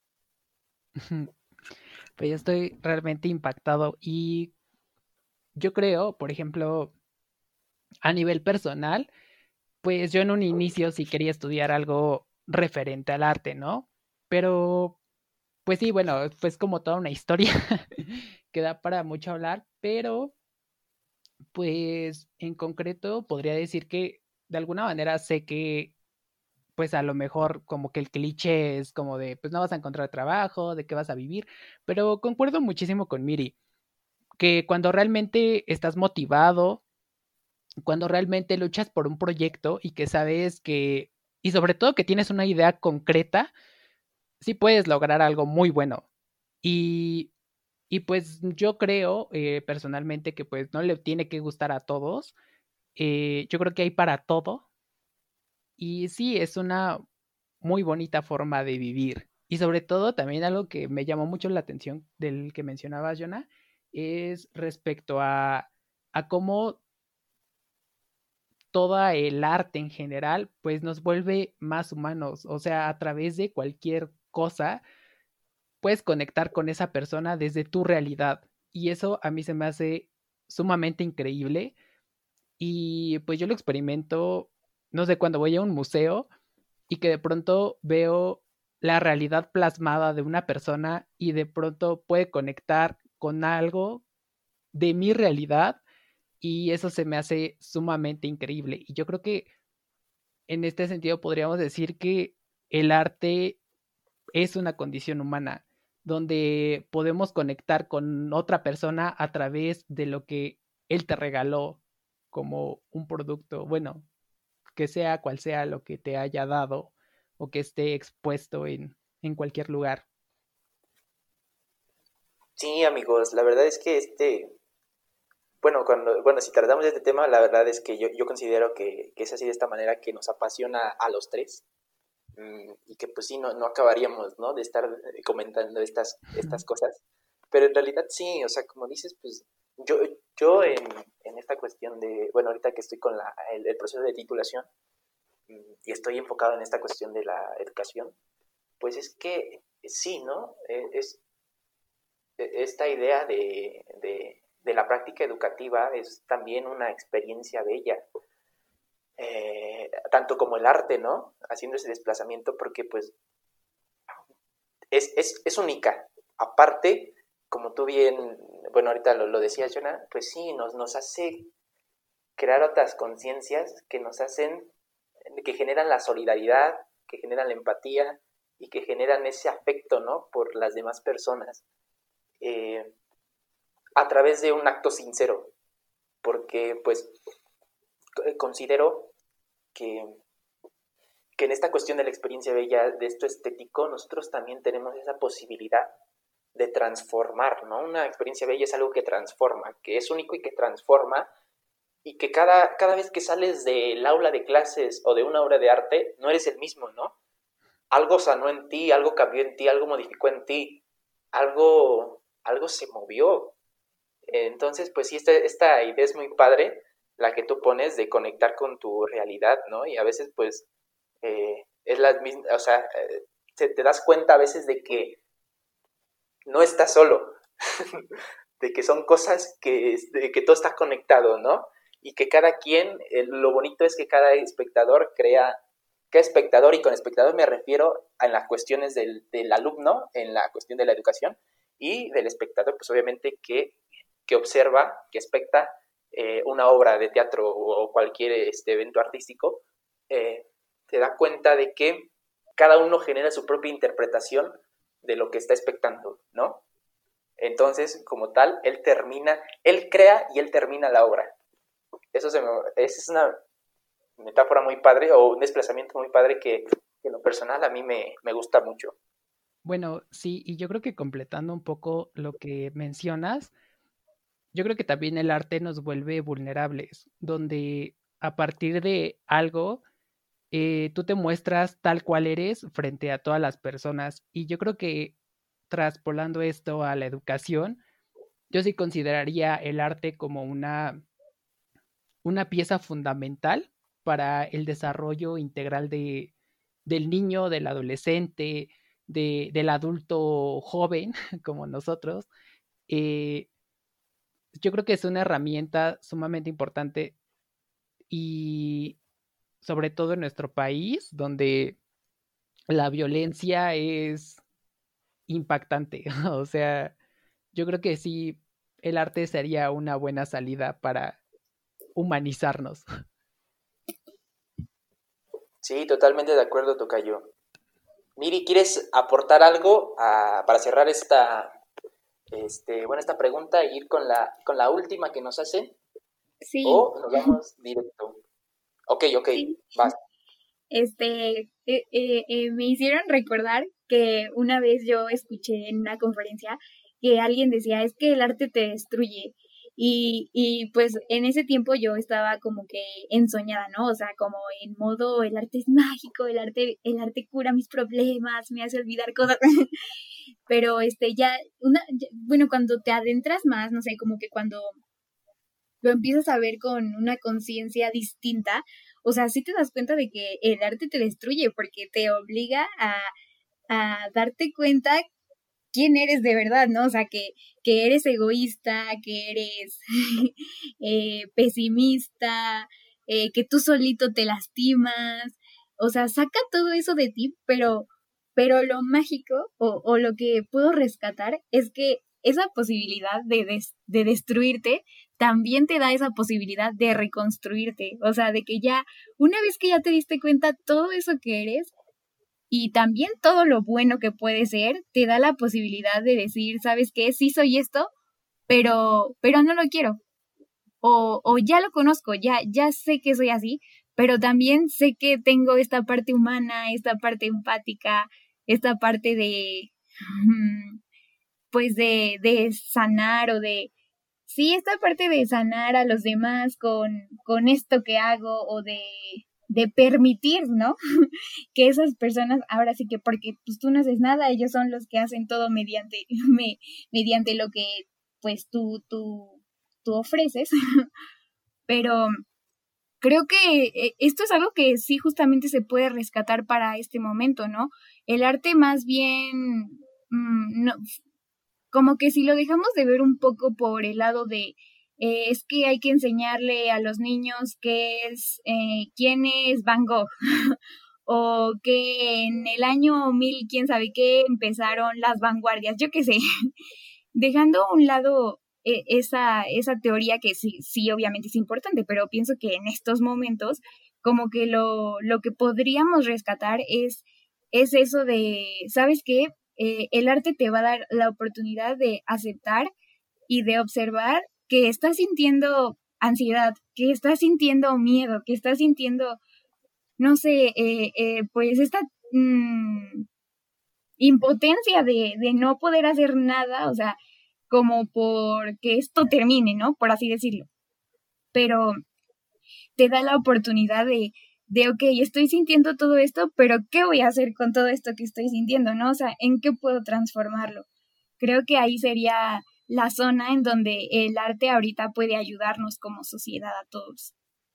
Pues yo estoy realmente impactado y yo creo, por ejemplo, a nivel personal, pues yo en un inicio sí quería estudiar algo referente al arte, ¿no? Pero, pues sí, bueno, pues como toda una historia que da para mucho hablar, pero pues en concreto podría decir que de alguna manera sé que pues a lo mejor como que el cliché es como de pues no vas a encontrar trabajo, de qué vas a vivir, pero concuerdo muchísimo con Miri, que cuando realmente estás motivado, cuando realmente luchas por un proyecto y que sabes que, y sobre todo que tienes una idea concreta, sí puedes lograr algo muy bueno. Y, y pues yo creo eh, personalmente que pues no le tiene que gustar a todos. Eh, yo creo que hay para todo. Y sí, es una muy bonita forma de vivir. Y sobre todo también algo que me llamó mucho la atención del que mencionaba Jonah es respecto a, a cómo toda el arte en general, pues nos vuelve más humanos. O sea, a través de cualquier cosa, puedes conectar con esa persona desde tu realidad. Y eso a mí se me hace sumamente increíble. Y pues yo lo experimento, no sé, cuando voy a un museo y que de pronto veo la realidad plasmada de una persona y de pronto puede conectar con algo de mi realidad y eso se me hace sumamente increíble. Y yo creo que en este sentido podríamos decir que el arte es una condición humana donde podemos conectar con otra persona a través de lo que él te regaló como un producto, bueno, que sea cual sea lo que te haya dado o que esté expuesto en, en cualquier lugar. Sí, amigos, la verdad es que este, bueno, cuando, bueno, si tratamos de este tema, la verdad es que yo, yo considero que, que es así de esta manera que nos apasiona a los tres. Mm, y que pues sí, no, no acabaríamos, ¿no? De estar comentando estas, estas cosas. Pero en realidad sí, o sea, como dices, pues yo, yo en, en esta cuestión de, bueno, ahorita que estoy con la, el, el proceso de titulación mm, y estoy enfocado en esta cuestión de la educación, pues es que sí, ¿no? Eh, Es, esta idea de, de, de la práctica educativa es también una experiencia bella, eh, tanto como el arte, ¿no? Haciendo ese desplazamiento porque pues es, es, es única. Aparte, como tú bien, bueno, ahorita lo, lo decías, Jonah, pues sí, nos, nos hace crear otras conciencias que nos hacen, que generan la solidaridad, que generan la empatía y que generan ese afecto, ¿no? Por las demás personas, eh, a través de un acto sincero, porque pues considero que que en esta cuestión de la experiencia bella, de esto estético, nosotros también tenemos esa posibilidad de transformar, ¿no? Una experiencia bella es algo que transforma, que es único y que transforma, y que cada, cada vez que sales del aula de clases o de una obra de arte, no eres el mismo, ¿no? Algo sanó en ti, algo cambió en ti, algo modificó en ti, algo, algo se movió. Entonces, pues sí, esta, esta idea es muy padre, la que tú pones de conectar con tu realidad, ¿no? Y a veces, pues, eh, es la misma, o sea, eh, te, te das cuenta a veces de que no estás solo, de que son cosas que, de que todo está conectado, ¿no? Y que cada quien, eh, lo bonito es que cada espectador crea, cada espectador, y con espectador me refiero a en las cuestiones del, del alumno, en la cuestión de la educación, y del espectador, pues obviamente que, que observa, que especta eh, una obra de teatro o cualquier este, evento artístico, eh, se da cuenta de que cada uno genera su propia interpretación de lo que está expectando, ¿no? Entonces, como tal, él termina, él crea y él termina la obra. Eso se me, esa es una metáfora muy padre o un desplazamiento muy padre que, que en lo personal a mí me, me gusta mucho. Bueno, sí, y yo creo que completando un poco lo que mencionas, yo creo que también el arte nos vuelve vulnerables, donde a partir de algo eh, tú te muestras tal cual eres frente a todas las personas. Y yo creo que traspolando esto a la educación, yo sí consideraría el arte como una, una pieza fundamental para el desarrollo integral de, del niño, del adolescente, de, del adulto joven, como nosotros. Eh, yo creo que es una herramienta sumamente importante y sobre todo en nuestro país, donde la violencia es impactante. O sea, yo creo que sí, el arte sería una buena salida para humanizarnos. Sí, totalmente de acuerdo, tocayo. Miri, ¿quieres aportar algo a, para cerrar esta, este, bueno, esta pregunta e ir con la, con la última que nos hacen? Sí, ¿O nos vamos directo? Ok, ok, sí. vas. Este, eh, eh, eh, me hicieron recordar que una vez yo escuché en una conferencia que alguien decía, es que el arte te destruye. Y, y pues en ese tiempo yo estaba como que ensoñada, ¿no? O sea, como en modo, el arte es mágico, el arte, el arte cura mis problemas, me hace olvidar cosas. Pero este, ya, una, ya- bueno, cuando te adentras más, no sé, como que cuando lo empiezas a ver con una conciencia distinta, o sea, sí te das cuenta de que el arte te destruye porque te obliga a, a darte cuenta quién eres de verdad, ¿no? O sea, que, que eres egoísta, que eres eh, pesimista, eh, que tú solito te lastimas. o sea, saca todo eso de ti, pero, pero lo mágico o, o lo que puedo rescatar es que esa posibilidad de, des, de destruirte también te da esa posibilidad de reconstruirte, o sea, de que ya, una vez que ya te diste cuenta todo eso que eres y también todo lo bueno que puede ser, te da la posibilidad de decir, ¿sabes qué? Sí soy esto, pero, pero no lo quiero. O, o ya lo conozco, ya, ya sé que soy así, pero también sé que tengo esta parte humana, esta parte empática, esta parte de, pues de, de sanar o de, sí, esta parte de sanar a los demás con, con esto que hago o de, de permitir, ¿no? Que esas personas, ahora sí que porque pues tú no haces nada, ellos son los que hacen todo mediante, me, mediante lo que pues tú, tú, tú ofreces, pero creo que esto es algo que sí justamente se puede rescatar para este momento, ¿no? El arte más bien, mmm, no, como que si lo dejamos de ver un poco por el lado de eh, es que hay que enseñarle a los niños qué es, eh, quién es Van Gogh, o que en el año mil quién sabe qué empezaron las vanguardias, yo qué sé, dejando a un lado eh, esa, esa teoría que sí, sí obviamente es importante, pero pienso que en estos momentos como que lo, lo que podríamos rescatar es, es eso de, ¿sabes qué? Eh, el arte te va a dar la oportunidad de aceptar y de observar que estás sintiendo ansiedad, que estás sintiendo miedo, que estás sintiendo, no sé, eh, eh, pues esta mmm, impotencia de, de no poder hacer nada, o sea, como por que esto termine, ¿no? Por así decirlo. Pero te da la oportunidad de, de, ok, estoy sintiendo todo esto, pero ¿qué voy a hacer con todo esto que estoy sintiendo, no? O sea, ¿en qué puedo transformarlo? Creo que ahí sería la zona en donde el arte ahorita puede ayudarnos como sociedad a todos.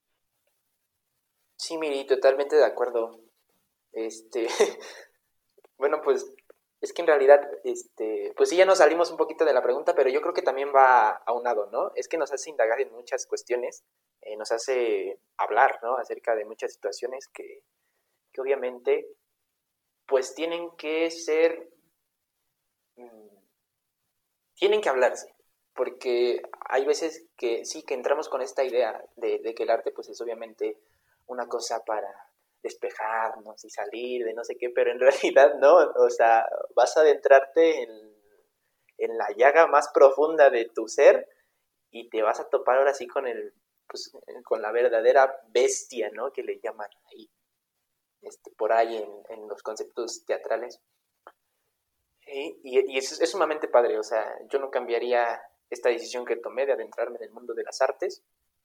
Sí, Miri, totalmente de acuerdo. Este, bueno, pues es que en realidad, este, pues sí, ya nos salimos un poquito de la pregunta, pero yo creo que también va aunado, ¿no? Es que nos hace indagar en muchas cuestiones, eh, nos hace hablar, ¿no? Acerca de muchas situaciones que, que obviamente, pues tienen que ser, mmm, tienen que hablarse, porque hay veces que sí, que entramos con esta idea de, de que el arte, pues es obviamente una cosa para despejarnos y salir de no sé qué, pero en realidad no, o sea, vas a adentrarte en, en la llaga más profunda de tu ser y te vas a topar ahora sí con el, pues, con la verdadera bestia, ¿no? Que le llaman ahí, este, por ahí en, en los conceptos teatrales. Sí, y, y es, es sumamente padre, o sea, yo no cambiaría esta decisión que tomé de adentrarme en el mundo de las artes.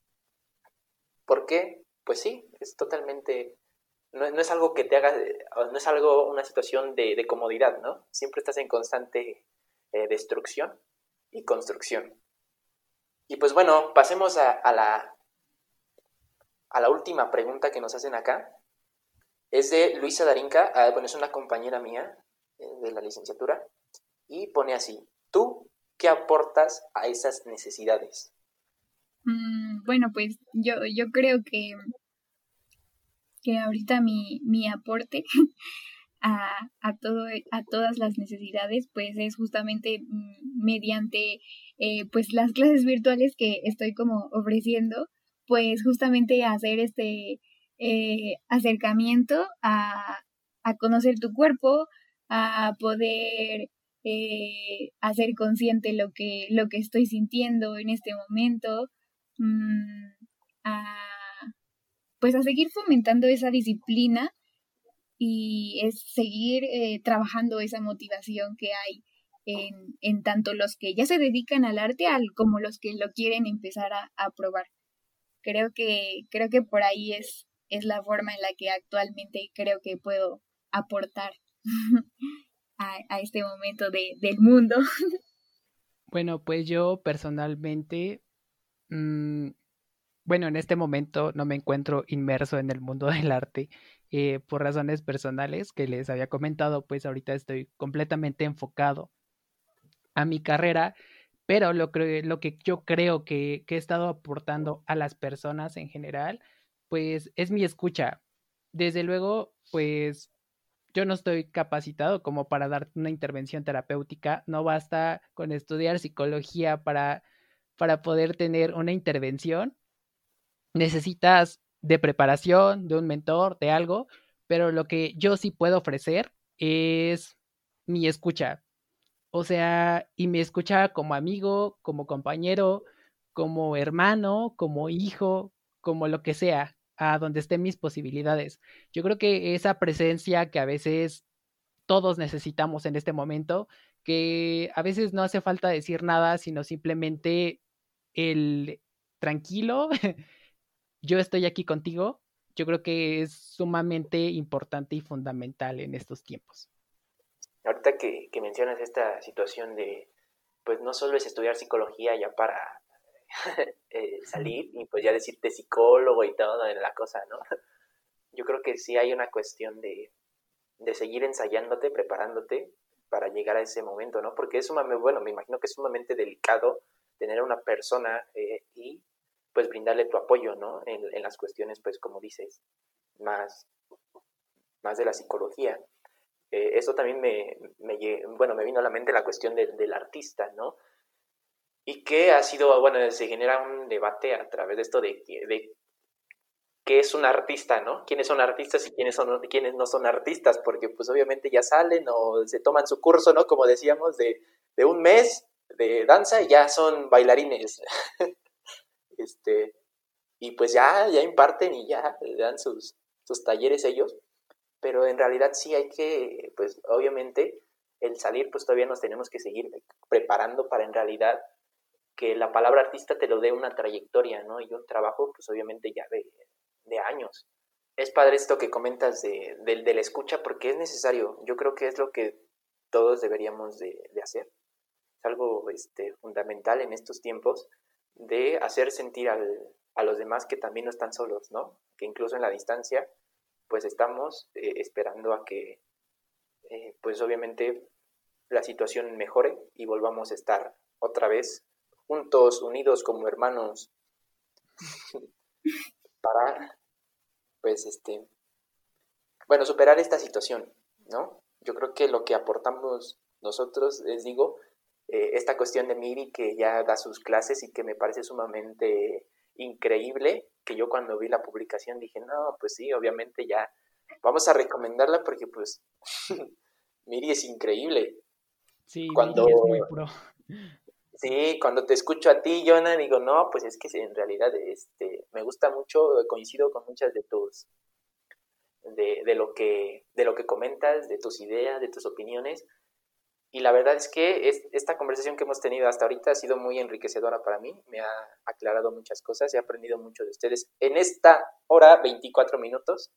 ¿Por qué? Pues sí, es totalmente, no, no es algo que te haga, no es algo, una situación de, de comodidad, ¿no? Siempre estás en constante eh, destrucción y construcción. Y pues bueno, pasemos a, a, la, a la última pregunta que nos hacen acá. Es de Luisa Darinka, uh, bueno, es una compañera mía eh, de la licenciatura, y pone así: ¿tú qué aportas a esas necesidades? Mm, bueno, pues yo, yo creo que, que ahorita mi, mi aporte a, a, todo, a todas las necesidades, pues es justamente mm, mediante eh, pues las clases virtuales que estoy como ofreciendo, pues justamente hacer este eh, acercamiento a, a conocer tu cuerpo, a poder eh, hacer consciente lo que, lo que estoy sintiendo en este momento, mmm, a, pues a seguir fomentando esa disciplina y es seguir eh, trabajando esa motivación que hay en, en tanto los que ya se dedican al arte al, como los que lo quieren empezar a, a probar. Creo que, creo que por ahí es, es la forma en la que actualmente creo que puedo aportar a, a este momento de, del mundo. Bueno, pues yo personalmente, mmm, bueno, en este momento no me encuentro inmerso en el mundo del arte eh, por razones personales que les había comentado, pues ahorita estoy completamente enfocado a mi carrera, pero lo, cre lo que yo creo que, que he estado aportando a las personas en general, pues es mi escucha. desde luego, pues yo no estoy capacitado como para dar una intervención terapéutica. No basta con estudiar psicología para, para poder tener una intervención. Necesitas de preparación, de un mentor, de algo, pero lo que yo sí puedo ofrecer es mi escucha. O sea, y me escucha como amigo, como compañero, como hermano, como hijo, como lo que sea, a donde estén mis posibilidades. Yo creo que esa presencia que a veces todos necesitamos en este momento, que a veces no hace falta decir nada, sino simplemente el tranquilo, yo estoy aquí contigo, yo creo que es sumamente importante y fundamental en estos tiempos. Ahorita que, que mencionas esta situación de, pues no solo es estudiar psicología ya para eh, salir y pues ya decirte psicólogo y todo en la cosa, ¿no? Yo creo que sí hay una cuestión de, de seguir ensayándote, preparándote para llegar a ese momento, ¿no? Porque es sumamente, bueno, me imagino que es sumamente delicado tener a una persona eh, y pues brindarle tu apoyo, ¿no? En, en las cuestiones, pues como dices, más, más de la psicología. Eh, eso también me, me, bueno, me vino a la mente la cuestión de, del artista, ¿no? Y que ha sido, bueno, se genera un debate a través de esto de, de qué es un artista, ¿no? ¿Quiénes son artistas y quiénes, son, quiénes no son artistas? Porque pues obviamente ya salen o se toman su curso, ¿no? Como decíamos, de, de un mes de danza y ya son bailarines. este, y pues ya, ya imparten y ya dan sus, sus talleres ellos. Pero en realidad sí hay que, pues obviamente, el salir, pues todavía nos tenemos que seguir preparando para en realidad que la palabra artista te lo dé una trayectoria, ¿no? Y un trabajo, pues obviamente ya de, de años. Es padre esto que comentas de, de, de la escucha porque es necesario. Yo creo que es lo que todos deberíamos de, de hacer. Es algo este, fundamental en estos tiempos de hacer sentir al, a los demás que también no están solos, ¿no? Que incluso en la distancia, pues estamos eh, esperando a que, eh, pues obviamente, la situación mejore y volvamos a estar otra vez juntos, unidos como hermanos, para, pues, este, bueno, superar esta situación, ¿no? Yo creo que lo que aportamos nosotros, les digo, eh, esta cuestión de Miri que ya da sus clases y que me parece sumamente increíble, que yo cuando vi la publicación dije, no, pues sí, obviamente ya vamos a recomendarla porque pues Miri es increíble. Sí, Cuando, Miri es muy pro. sí, cuando te escucho a ti, Jonah, digo, no, pues es que en realidad este, me gusta mucho, coincido con muchas de tus, de, de, lo que, de lo que comentas, de tus ideas, de tus opiniones. Y la verdad es que es, esta conversación que hemos tenido hasta ahorita ha sido muy enriquecedora para mí, me ha aclarado muchas cosas, he aprendido mucho de ustedes en esta hora veinticuatro minutos.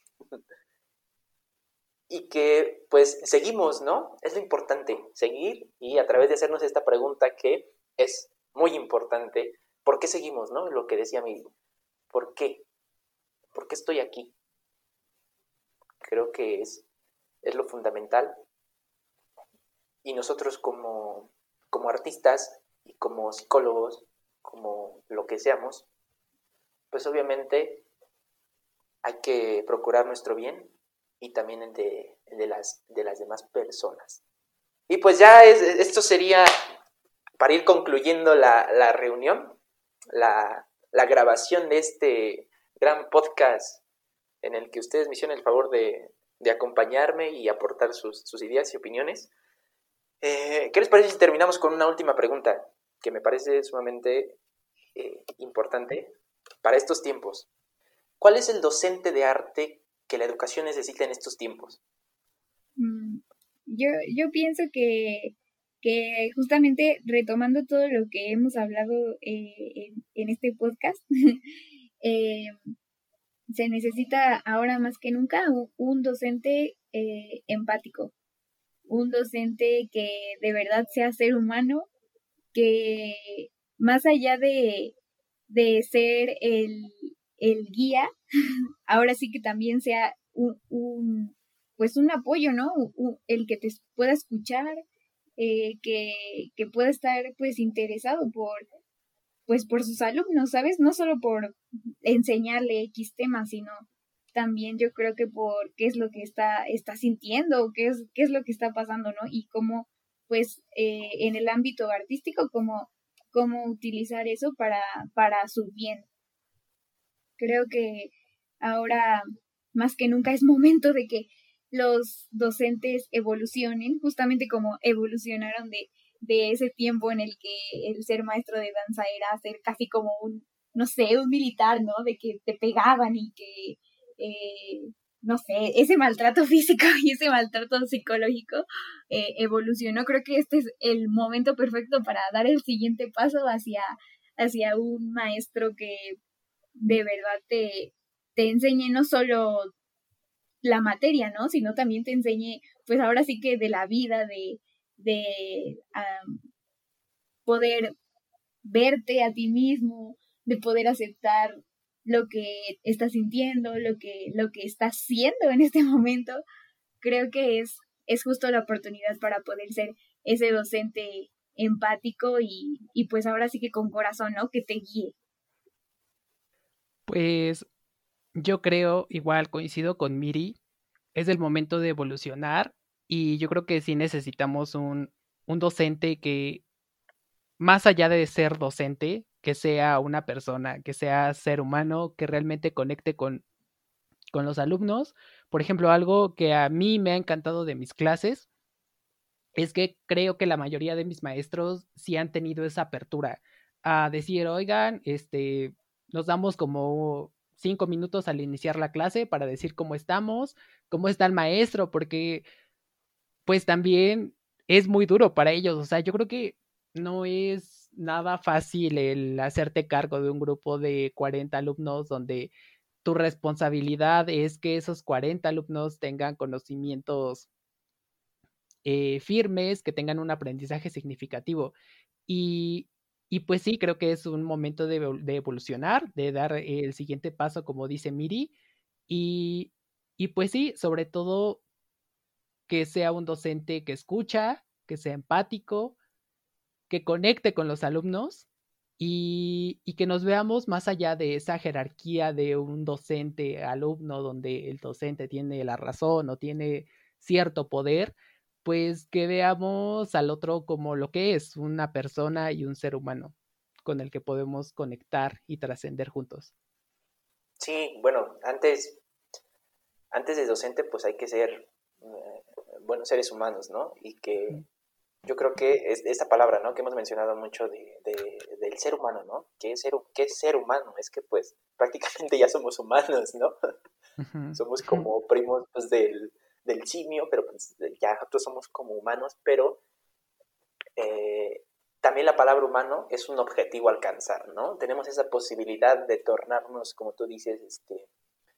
Y que pues seguimos, ¿no? Es lo importante, seguir y a través de hacernos esta pregunta que es muy importante, ¿por qué seguimos, no? Lo que decía Miri, ¿por qué? ¿Por qué estoy aquí? Creo que es, es lo fundamental. Y nosotros como, como artistas y como psicólogos, como lo que seamos, pues obviamente hay que procurar nuestro bien y también el de, el de, las, de las demás personas. Y pues ya es, esto sería para ir concluyendo la, la reunión, la, la grabación de este gran podcast en el que ustedes me hicieron el favor de, de acompañarme y aportar sus, sus ideas y opiniones. Eh, ¿Qué les parece si terminamos con una última pregunta que me parece sumamente eh, importante para estos tiempos? ¿Cuál es el docente de arte que la educación necesita en estos tiempos? Mm, yo, yo pienso que, que justamente retomando todo lo que hemos hablado eh, en, en este podcast, eh, se necesita ahora más que nunca un, un docente eh, empático, un docente que de verdad sea ser humano, que más allá de, de ser el, el guía, ahora sí que también sea un, un pues un apoyo, ¿no? Un, el que te pueda escuchar, eh, que, que pueda estar pues interesado por pues por sus alumnos, ¿sabes? No solo por enseñarle X temas, sino también yo creo que por qué es lo que está, está sintiendo, qué es, qué es lo que está pasando, ¿no? Y cómo, pues, eh, en el ámbito artístico, cómo, cómo utilizar eso para, para su bien. Creo que ahora, más que nunca, es momento de que los docentes evolucionen, justamente como evolucionaron de, de ese tiempo en el que el ser maestro de danza era ser casi como un, no sé, un militar, ¿no? De que te pegaban y que, eh, no sé, ese maltrato físico y ese maltrato psicológico eh, evolucionó. Creo que este es el momento perfecto para dar el siguiente paso hacia, hacia un maestro que de verdad te, te enseñe no solo la materia, ¿no? Sino también te enseñe, pues ahora sí que de la vida, de, de um, poder verte a ti mismo, de poder aceptar lo que estás sintiendo, lo que, lo que estás siendo en este momento. Creo que es, es justo la oportunidad para poder ser ese docente empático y, y pues ahora sí que con corazón, ¿no? Que te guíe. Pues yo creo, igual coincido con Miri, es el momento de evolucionar y yo creo que sí necesitamos un, un docente que, más allá de ser docente, que sea una persona, que sea ser humano, que realmente conecte con, con los alumnos. Por ejemplo, algo que a mí me ha encantado de mis clases es que creo que la mayoría de mis maestros sí han tenido esa apertura a decir, oigan, este, nos damos como cinco minutos al iniciar la clase para decir cómo estamos, cómo está el maestro, porque pues también es muy duro para ellos. O sea, yo creo que no es nada fácil el hacerte cargo de un grupo de cuarenta alumnos donde tu responsabilidad es que esos cuarenta alumnos tengan conocimientos eh, firmes, que tengan un aprendizaje significativo. Y, y pues sí, creo que es un momento de, de evolucionar, de dar el siguiente paso, como dice Miri. Y, y pues sí, sobre todo que sea un docente que escucha, que sea empático, que conecte con los alumnos y, y que nos veamos más allá de esa jerarquía de un docente-alumno donde el docente tiene la razón o tiene cierto poder, pues que veamos al otro como lo que es, una persona y un ser humano con el que podemos conectar y trascender juntos. Sí, bueno, antes, antes de docente pues hay que ser eh, buenos seres humanos, ¿no? Y que yo creo que es esta palabra, ¿no? Que hemos mencionado mucho de, de, del ser humano, ¿no? ¿Qué es, ser, ¿Qué es ser humano? Es que pues prácticamente ya somos humanos, ¿no? Uh-huh. Somos como primos pues, del, del simio, pero pues ya nosotros somos como humanos, pero eh, también la palabra humano es un objetivo a alcanzar, ¿no? Tenemos esa posibilidad de tornarnos, como tú dices, este,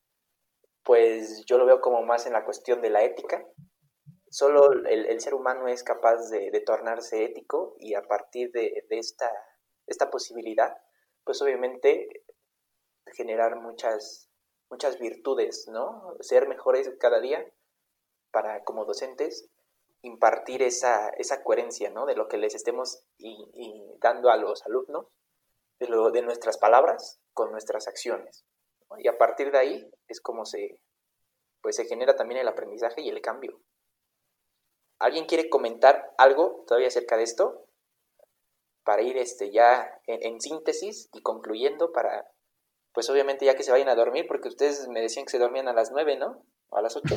pues yo lo veo como más en la cuestión de la ética. Solo el, el ser humano es capaz de, de tornarse ético y a partir de, de esta, esta posibilidad, pues obviamente generar muchas, muchas virtudes, ¿no? Ser mejores cada día para, como docentes, impartir esa, esa coherencia, ¿no? De lo que les estemos y, y dando a los alumnos, de, lo, de nuestras palabras con nuestras acciones, ¿no? Y a partir de ahí es como se, pues se genera también el aprendizaje y el cambio. ¿Alguien quiere comentar algo todavía acerca de esto? Para ir este, ya en, en síntesis y concluyendo para, pues obviamente ya que se vayan a dormir, porque ustedes me decían que se dormían a las nueve, ¿no? O a las ocho.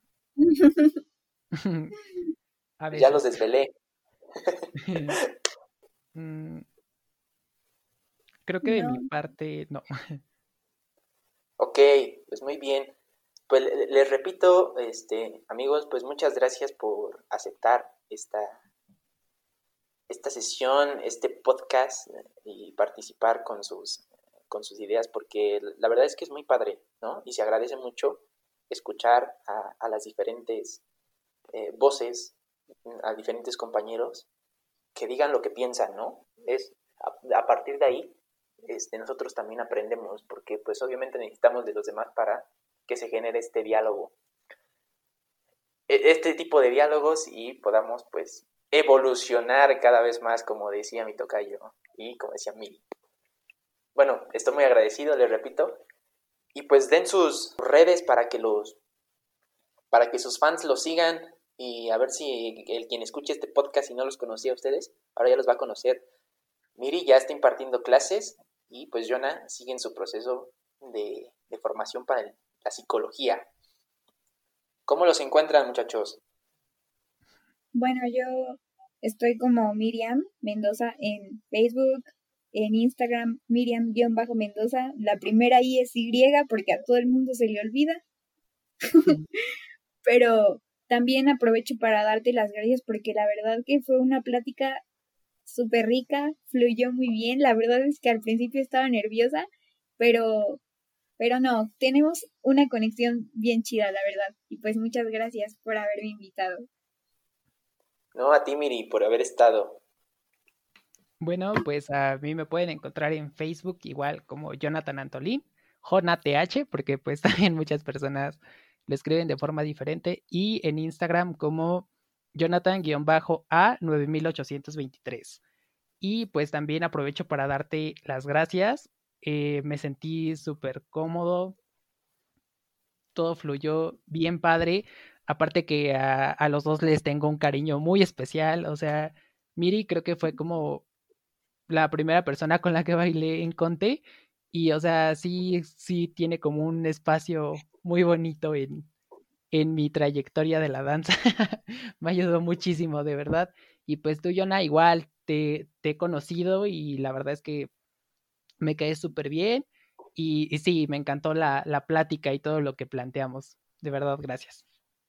A Pues ya los veces. desvelé. mm, creo que de No. mi parte, no. Ok, pues muy bien. Pues les repito, este, amigos, pues muchas gracias por aceptar esta, esta sesión, este podcast y participar con sus, con sus ideas, porque la verdad es que es muy padre, ¿no? Y se agradece mucho escuchar a, a las diferentes eh, voces, a diferentes compañeros que digan lo que piensan, ¿no? Es a, a partir de ahí este, nosotros también aprendemos, porque pues obviamente necesitamos de los demás para que se genere este diálogo, este tipo de diálogos y podamos pues evolucionar cada vez más, como decía mi tocayo y como decía Mili. Bueno, estoy muy agradecido, les repito, y pues den sus redes para que los para que sus fans los sigan y a ver si el quien escuche este podcast y no los conocía a ustedes, ahora ya los va a conocer. Miri ya está impartiendo clases y pues Jonah sigue en su proceso de, de formación para el, la psicología. ¿Cómo los encuentran, muchachos? Bueno, yo estoy como Miriam Mendoza en Facebook, en Instagram, Miriam-Mendoza. La primera I es Y porque a todo el mundo se le olvida. Pero también aprovecho para darte las gracias porque la verdad que fue una plática súper rica, fluyó muy bien. La verdad es que al principio estaba nerviosa, pero, pero no, tenemos una conexión bien chida, la verdad. Y pues muchas gracias por haberme invitado. No, a ti, Miri, por haber estado. Bueno, pues a mí me pueden encontrar en Facebook igual como Jonathan Antolín, JonaTH, porque pues también muchas personas lo escriben de forma diferente, y en Instagram como Jonathan-A nueve mil ochocientos veintitrés. Y pues también aprovecho para darte las gracias. Eh, me sentí súper cómodo, todo fluyó bien padre. Aparte que a, a los dos les tengo un cariño muy especial. O sea, Miri creo que fue como la primera persona con la que bailé en Conte. Y o sea, sí, sí tiene como un espacio muy bonito en, en mi trayectoria de la danza. Me ayudó muchísimo, de verdad. Y pues tú, Jonah, igual te, te he conocido y la verdad es que me cae súper bien. Y, y sí, me encantó la, la plática y todo lo que planteamos. De verdad, gracias.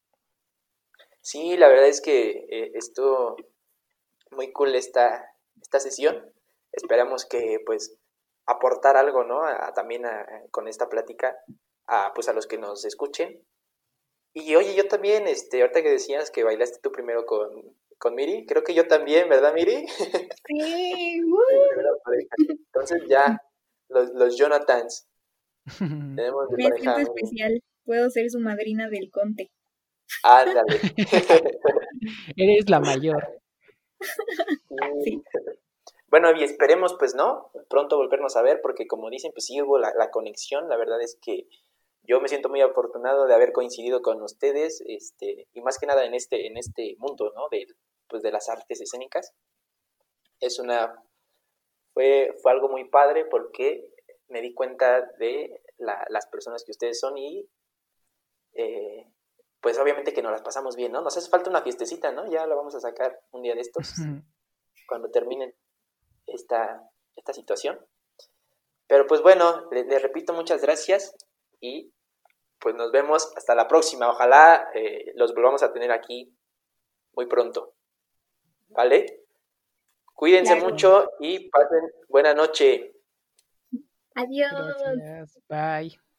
Sí, la verdad es que eh, estuvo muy cool esta, esta sesión. Esperamos que pues aportar algo, ¿no? A, a, también a, con esta plática a, pues, a los que nos escuchen. Y oye, yo también, este, ahorita que decías que bailaste tú primero con, con Miri, creo que yo también, ¿verdad, Miri? Sí, entonces ya, los, los Jonathans, tenemos de me pareja. siento especial. Puedo ser su madrina del Conte. Ándale. Eres la mayor. Sí. Bueno, y esperemos, pues, ¿no? Pronto volvernos a ver, porque como dicen, pues sí hubo la, la conexión. La verdad es que yo me siento muy afortunado de haber coincidido con ustedes, este, y más que nada en este, en este mundo, ¿no? De, pues, de las artes escénicas. Es una, fue, fue algo muy padre porque me di cuenta de la, las personas que ustedes son y, eh, pues obviamente que nos las pasamos bien, ¿no? Nos hace falta una fiestecita, ¿no? Ya la vamos a sacar un día de estos, cuando terminen esta, esta situación. Pero pues bueno, les le repito muchas gracias y pues nos vemos hasta la próxima. Ojalá eh, los volvamos a tener aquí muy pronto. ¿Vale? Cuídense Claro. mucho y pasen buena noche. Adiós. Gracias. Bye.